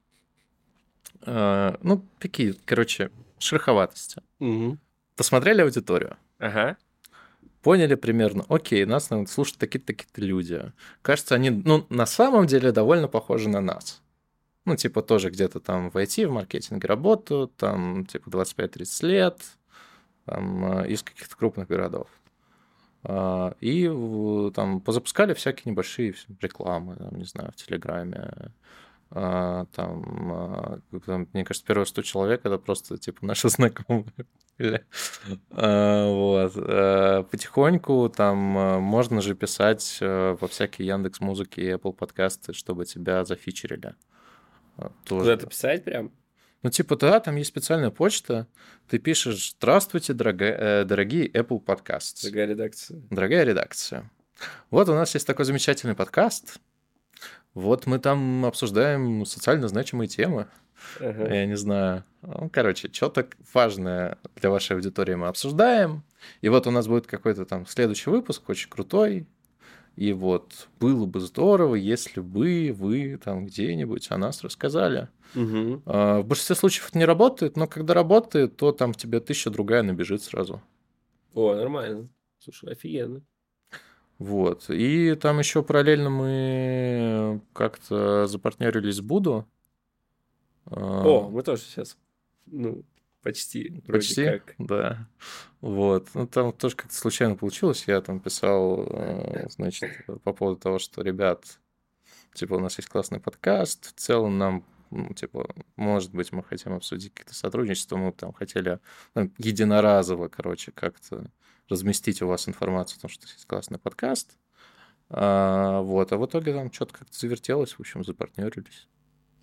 а, ну, такие, короче, шероховатости. Мгм. Посмотрели аудиторию. Ага. Поняли примерно, окей, нас наверное, слушают такие-то, такие-то люди. Кажется, они, ну, на самом деле довольно похожи на нас. Ну, типа, тоже где-то там в ай ти, в маркетинге работают, там, типа, двадцать пять тридцать лет, там, из каких-то крупных городов. А, И в- там позапускали всякие небольшие рекламы, там, не знаю, в Телеграме. А, Там, а, там, мне кажется, первые сто человек это просто типа наши знакомые. были. А, Вот. А, Потихоньку там а, можно же писать а, во всякие Яндекс.Музыки и Apple подкасты, чтобы тебя зафичерили. А, Тоже. Куда-то писать прям? Ну, типа, да, там есть специальная почта. Ты пишешь: «Здравствуйте, дорога- э, дорогие Apple Podcasts». Такая редакция. Дорогая редакция. Вот у нас есть такой замечательный подкаст. Вот мы там обсуждаем социально значимые темы. Ага. Я не знаю. Ну, короче, что-то важное для вашей аудитории мы обсуждаем. И вот у нас будет какой-то там следующий выпуск, очень крутой. И вот было бы здорово, если бы вы там где-нибудь о нас рассказали. Мгм. А, В большинстве случаев это не работает, но когда работает, то там тебе тысяча другая набежит сразу. О, нормально. Слушай, офигенно. Вот. И там еще параллельно мы как-то запартнерились с Буду. О, А, мы тоже сейчас, ну, почти, вроде Почти, как. да. Вот. Ну, там тоже как-то случайно получилось. Я там писал, э, значит, по поводу того, что, ребят, типа, у нас есть классный подкаст. В целом нам, ну, типа, может быть, мы хотим обсудить какие-то сотрудничества. Мы там хотели, ну, единоразово, короче, как-то разместить у вас информацию о том, что есть классный подкаст. А, вот. А в итоге там что-то как-то завертелось, в общем, запартнерились.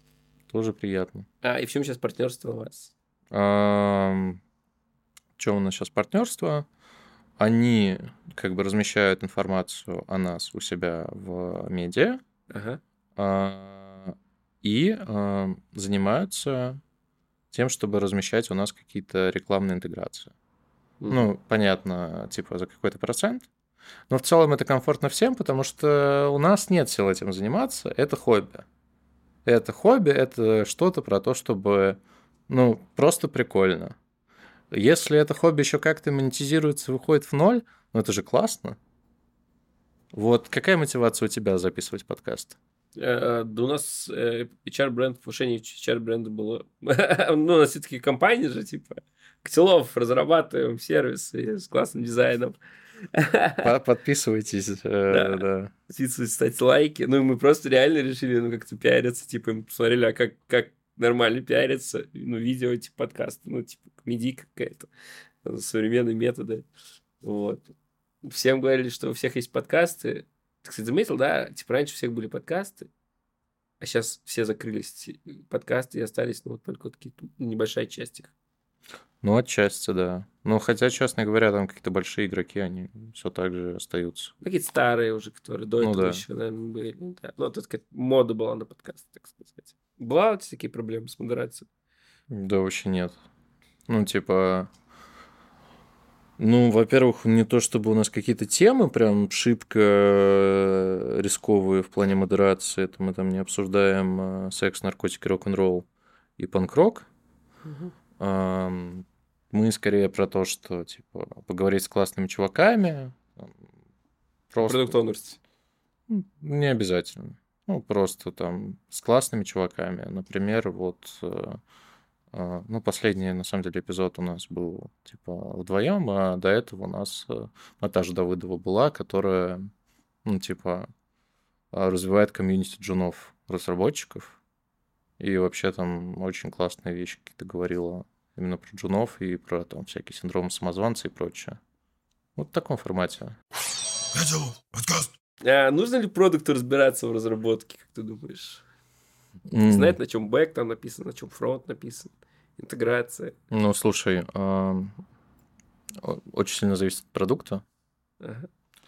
тоже приятно. А, и в чем сейчас партнерство у вас? Что у нас сейчас партнерство? Они как бы размещают информацию о нас у себя в медиа Ага. а, и а, занимаются тем, чтобы размещать у нас какие-то рекламные интеграции. Мгм. Ну, понятно, типа за какой-то процент. Но в целом это комфортно всем, потому что у нас нет сил этим заниматься. Это хобби. Это хобби, это что-то про то, чтобы, ну, просто прикольно. Если это хобби еще как-то монетизируется, выходит в ноль, ну это же классно. Вот какая мотивация у тебя записывать подкаст? Э, Да у нас э, эйч ар-бренд, повышение эйч ар-бренда было... Ну, у нас все-таки компания же, типа, Котелов, разрабатываем сервисы с классным дизайном. По- Подписывайтесь. э, Да. да. Подписывайтесь, ставьте лайки. Ну, и мы просто реально решили, ну, как-то пиариться, типа, мы посмотрели, а как, как нормально пиариться, ну, видео, типа, подкасты, ну, типа, комедийка какая-то, э, современные методы, вот. Всем говорили, что у всех есть подкасты. Ты, кстати, заметил, да? Типа, раньше у всех были подкасты, а сейчас все закрылись, эти подкасты, и остались, ну, вот только вот какие-то небольшая часть их. Ну, отчасти, да. Ну, хотя, честно говоря, там какие-то большие игроки, они все так же остаются. Какие-то старые уже, которые до Ну этого да. еще, наверное, были. Да. Ну, это такая мода была на подкасты, так сказать. Бывали у тебя такие проблемы с модерацией? Да, вообще нет. Ну, типа, ну, во-первых, не то чтобы у нас какие-то темы прям шибко э, рисковые в плане модерации. Это мы там не обсуждаем э, секс, наркотики, рок-н-ролл и панк-рок. Мгм. Ам, Мы скорее про то, что, типа, поговорить с классными чуваками. там, Просто Продукт оунерство. м, не обязательно. Ну, просто там с классными чуваками. Например, вот, э, а, ну, последний, на самом деле, эпизод у нас был, типа, вдвоем, а до этого у нас э, Наташа Давыдова была, которая, ну, типа, а, развивает комьюнити джунов, разработчиков. И вообще там очень классные вещи какие-то говорила именно про джунов и про там всякие синдромы самозванца и прочее. Вот в таком формате. А нужно ли продукту разбираться в разработке, как ты думаешь? М, Знать, на чем бэк там написан, на чем фронт написан, интеграция. Ну, слушай, ам, о- очень сильно зависит от продукта. Ага.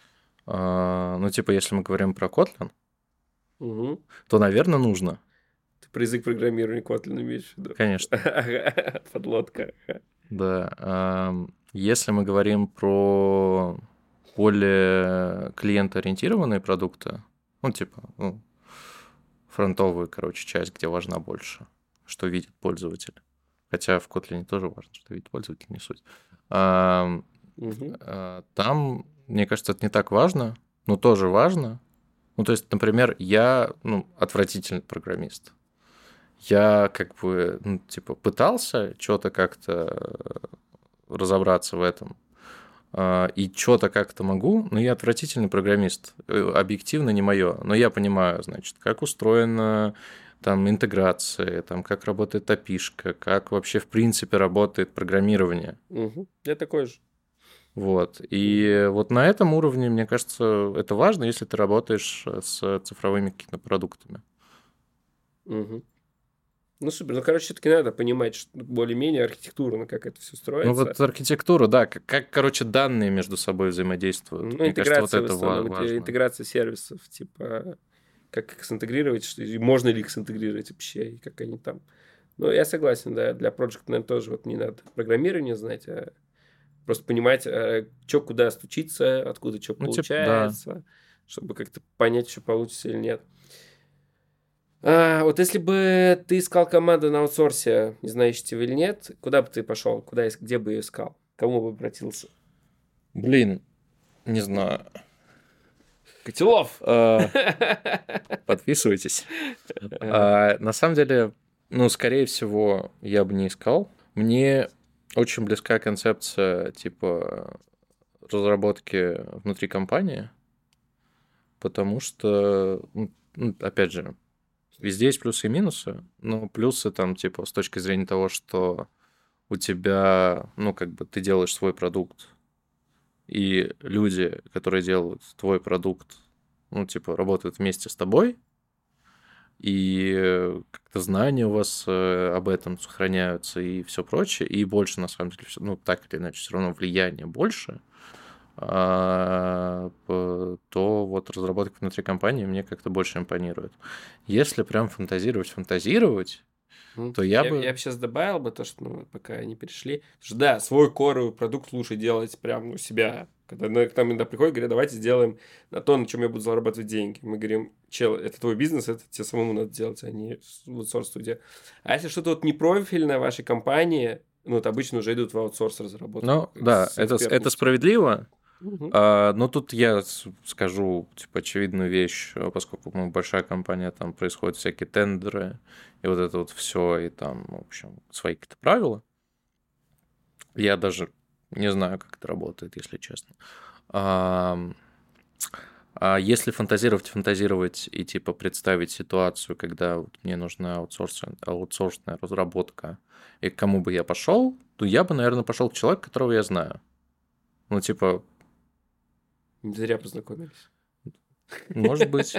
А, Ну, типа, если мы говорим про Kotlin, Угу. то, наверное, нужно. Ты про язык программирования Kotlin имеешь в виду? Конечно. Ага, подлодка. Ага. Да. ам, Если мы говорим про более клиентоориентированные продукты, ну, типа, ну, фронтовую, короче, часть, где важна больше, что видит пользователь. Хотя в Kotlin тоже важно, что видит пользователь, не суть. Ам, Мгм. а, Там, мне кажется, это не так важно, но тоже важно. Ну, то есть, например, я, ну, отвратительный программист. Я как бы, ну, типа, пытался что-то как-то разобраться в этом, а, и что-то как-то могу, но я отвратительный программист. Э, Объективно не мое. Но я понимаю, значит, как устроена там интеграция, там, как работает опишка, как вообще в принципе работает программирование. Мгм. Я такой же. Вот. И вот на этом уровне, мне кажется, это важно, если ты работаешь с цифровыми какими-то продуктами. Мгм. Ну, супер. Ну, короче, все-таки надо понимать, что более-менее архитектурно, как это все Ну строится. вот архитектура, да, как, как, короче, данные между собой взаимодействуют. Ну, Мне кажется, вот интеграция в это основном, ва- инте- важно. интеграция сервисов, типа, как их синтегрировать, что, и можно ли их синтегрировать вообще, и как они там. Ну, я согласен, да, для Project, наверное, тоже вот не надо программирование знать, а просто понимать, что куда стучится, откуда что Ну, типа, да. получается, чтобы как-то понять, что получится или нет. А, вот если бы ты искал команду на аутсорсе, не знаю, ищете вы или нет, куда бы ты пошел, куда, ис- где бы ее искал, к кому бы обратился? Блин, не знаю. Котелов! А, Подписывайтесь. А, На самом деле, ну, скорее всего, я бы не искал. Мне очень близка концепция, типа, разработки внутри компании, потому что, ну, ну, опять же, везде есть плюсы и минусы, но плюсы там, типа, с точки зрения того, что у тебя, ну, как бы ты делаешь свой продукт, и люди, которые делают твой продукт, ну, типа, работают вместе с тобой, и как-то знания у вас об этом сохраняются, и все прочее, и больше, на самом деле, ну, так или иначе, все равно влияние больше, то вот разработка внутри компании мне как-то больше импонирует. Если прям фантазировать, фантазировать, то я, я бы... Я бы сейчас добавил бы то, что ну, пока не перешли. Потому что, да, свой коровый продукт лучше делать прям у себя. Когда ну, к нам иногда приходят, говорят, давайте сделаем на то, на чем я буду зарабатывать деньги. Мы говорим, чел, это твой бизнес, это тебе самому надо делать, а не в аутсорс-студия. А если что-то вот не профильное вашей компании, ну, вот обычно уже идут в аутсорс-разработку. Ну, да, это, это справедливо. Угу. А, но тут я скажу типа очевидную вещь, поскольку мы большая компания, там происходят всякие тендеры, и вот это вот все, и там, в общем, свои какие-то правила. Я даже не знаю, как это работает, если честно. А, а если фантазировать, фантазировать и типа представить ситуацию, когда вот мне нужна аутсорсная, аутсорсная разработка, и к кому бы я пошел, то я бы, наверное, пошел к человеку, которого я знаю. Ну, типа... Не зря познакомились. Может быть.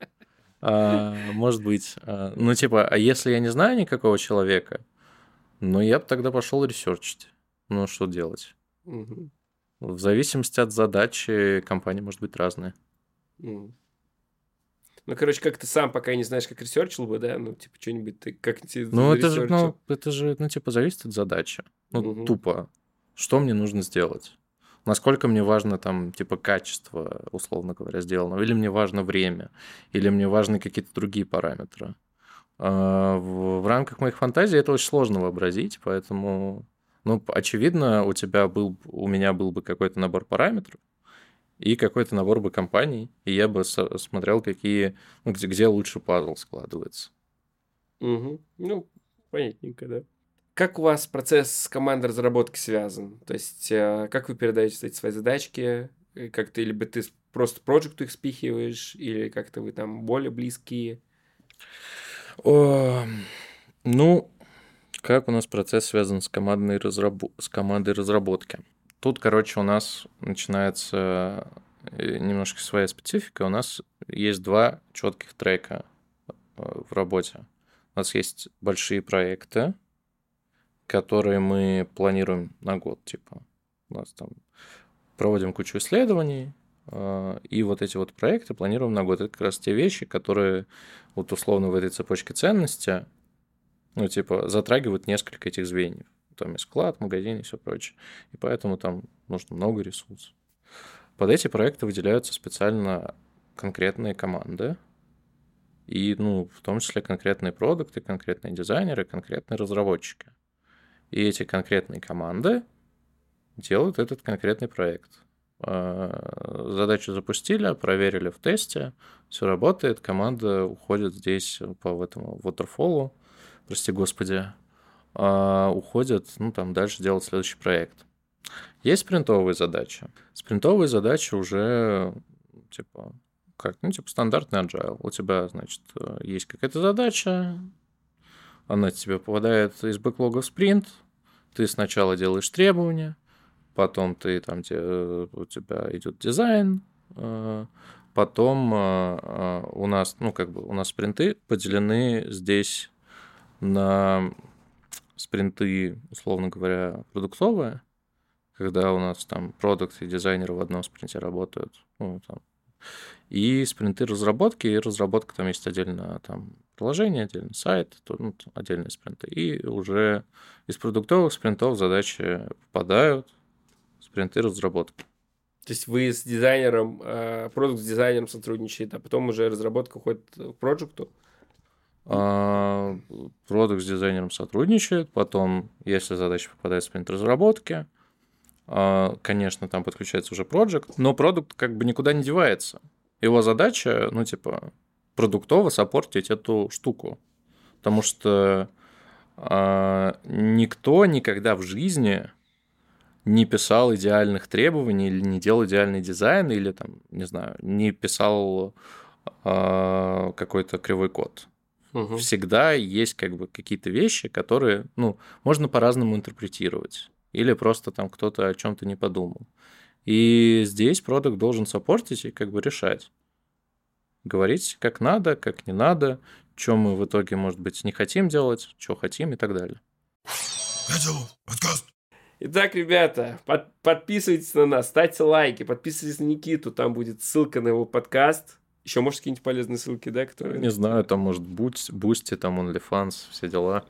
А, может быть. А, ну, типа, а если я не знаю никакого человека, ну, я бы тогда пошел ресерчить. Ну, что делать? Угу. В зависимости от задачи компания может быть разная. Угу. Ну, короче, как ты сам пока не знаешь, как ресерчил бы, да? Ну, типа, что-нибудь ты как ты Ну, это же, ну, это же, ну, типа, зависит от задачи. Ну, угу. тупо. Что мне нужно сделать? Насколько мне важно там, типа, качество, условно говоря, сделанного, или мне важно время, или мне важны какие-то другие параметры. В, в рамках моих фантазий это очень сложно вообразить, поэтому, ну, очевидно, у тебя был, у меня был бы какой-то набор параметров и какой-то набор бы компаний, и я бы со- смотрел, какие, ну, где, где лучше пазл складывается. Угу. Ну, понятненько, да. Как у вас процесс команды разработки связан? То есть, как вы передаете эти свои задачки? Как ты, либо ты просто проекту их спихиваешь, или как-то вы там более близкие? О, ну, как у нас процесс связан с командной, разраб... с командой разработки? Тут, короче, у нас начинается немножко своя специфика. У нас есть два четких трека в работе. У нас есть большие проекты, которые мы планируем на год, типа. У нас там проводим кучу исследований, и вот эти вот проекты планируем на год. Это как раз те вещи, которые вот условно в этой цепочке ценности, ну, типа, затрагивают несколько этих звеньев. Там и склад, магазин и все прочее. И поэтому там нужно много ресурсов. Под эти проекты выделяются специально конкретные команды, и, ну, в том числе конкретные продукты, конкретные дизайнеры, конкретные разработчики. И эти конкретные команды делают этот конкретный проект. Задачу запустили, проверили в тесте, все работает, команда уходит здесь по этому waterfall, прости господи, уходит, ну, там дальше делать следующий проект. Есть спринтовые задачи. Спринтовые задачи уже, типа, как, ну, типа, стандартный agile. У тебя, значит, есть какая-то задача, она тебе попадает из бэклога в спринт, ты сначала делаешь требования, потом ты там, у тебя идет дизайн, потом у нас, ну, как бы, у нас спринты поделены здесь на спринты, условно говоря, продуктовые, когда у нас там продукт и дизайнеры в одном спринте работают, ну, там, и спринты разработки, и разработка там есть отдельно там приложение, отдельно сайт, то, ну, отдельные спринты. И уже из продуктовых спринтов задачи попадают в спринты разработки. То есть вы с дизайнером, продукт с дизайнером сотрудничаете, а потом уже разработка уходит к проекту? Продукт с дизайнером сотрудничает, потом, если задача попадает в спринт разработки, конечно, там подключается уже проект, но продукт как бы никуда не девается. Его задача, ну, типа, продуктово саппортить эту штуку. Потому что э, никто никогда в жизни не писал идеальных требований или не делал идеальный дизайн, или, там, не знаю, не писал э, какой-то кривой код. Угу. Всегда есть как бы какие-то вещи, которые, ну, можно по-разному интерпретировать. Или просто там кто-то о чем-то не подумал. И здесь продукт должен саппортить и как бы решать. говорить, как надо, как не надо, что мы в итоге, может быть, не хотим делать, что хотим и так далее. Итак, ребята, под, подписывайтесь на нас, ставьте лайки, подписывайтесь на Никиту, там будет ссылка на его подкаст. Еще, может, какие-нибудь полезные ссылки, да? Которые... Не знаю, там, может, Бусти, там, OnlyFans, все дела.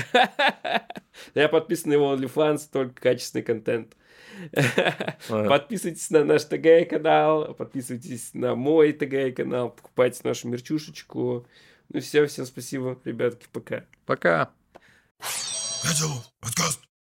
Я подписан на его OnlyFans, только качественный контент. Подписывайтесь на наш ТГ-канал, подписывайтесь на мой ТГ-канал, покупайте нашу мерчушечку. Ну все, всем спасибо, ребятки, пока. Пока.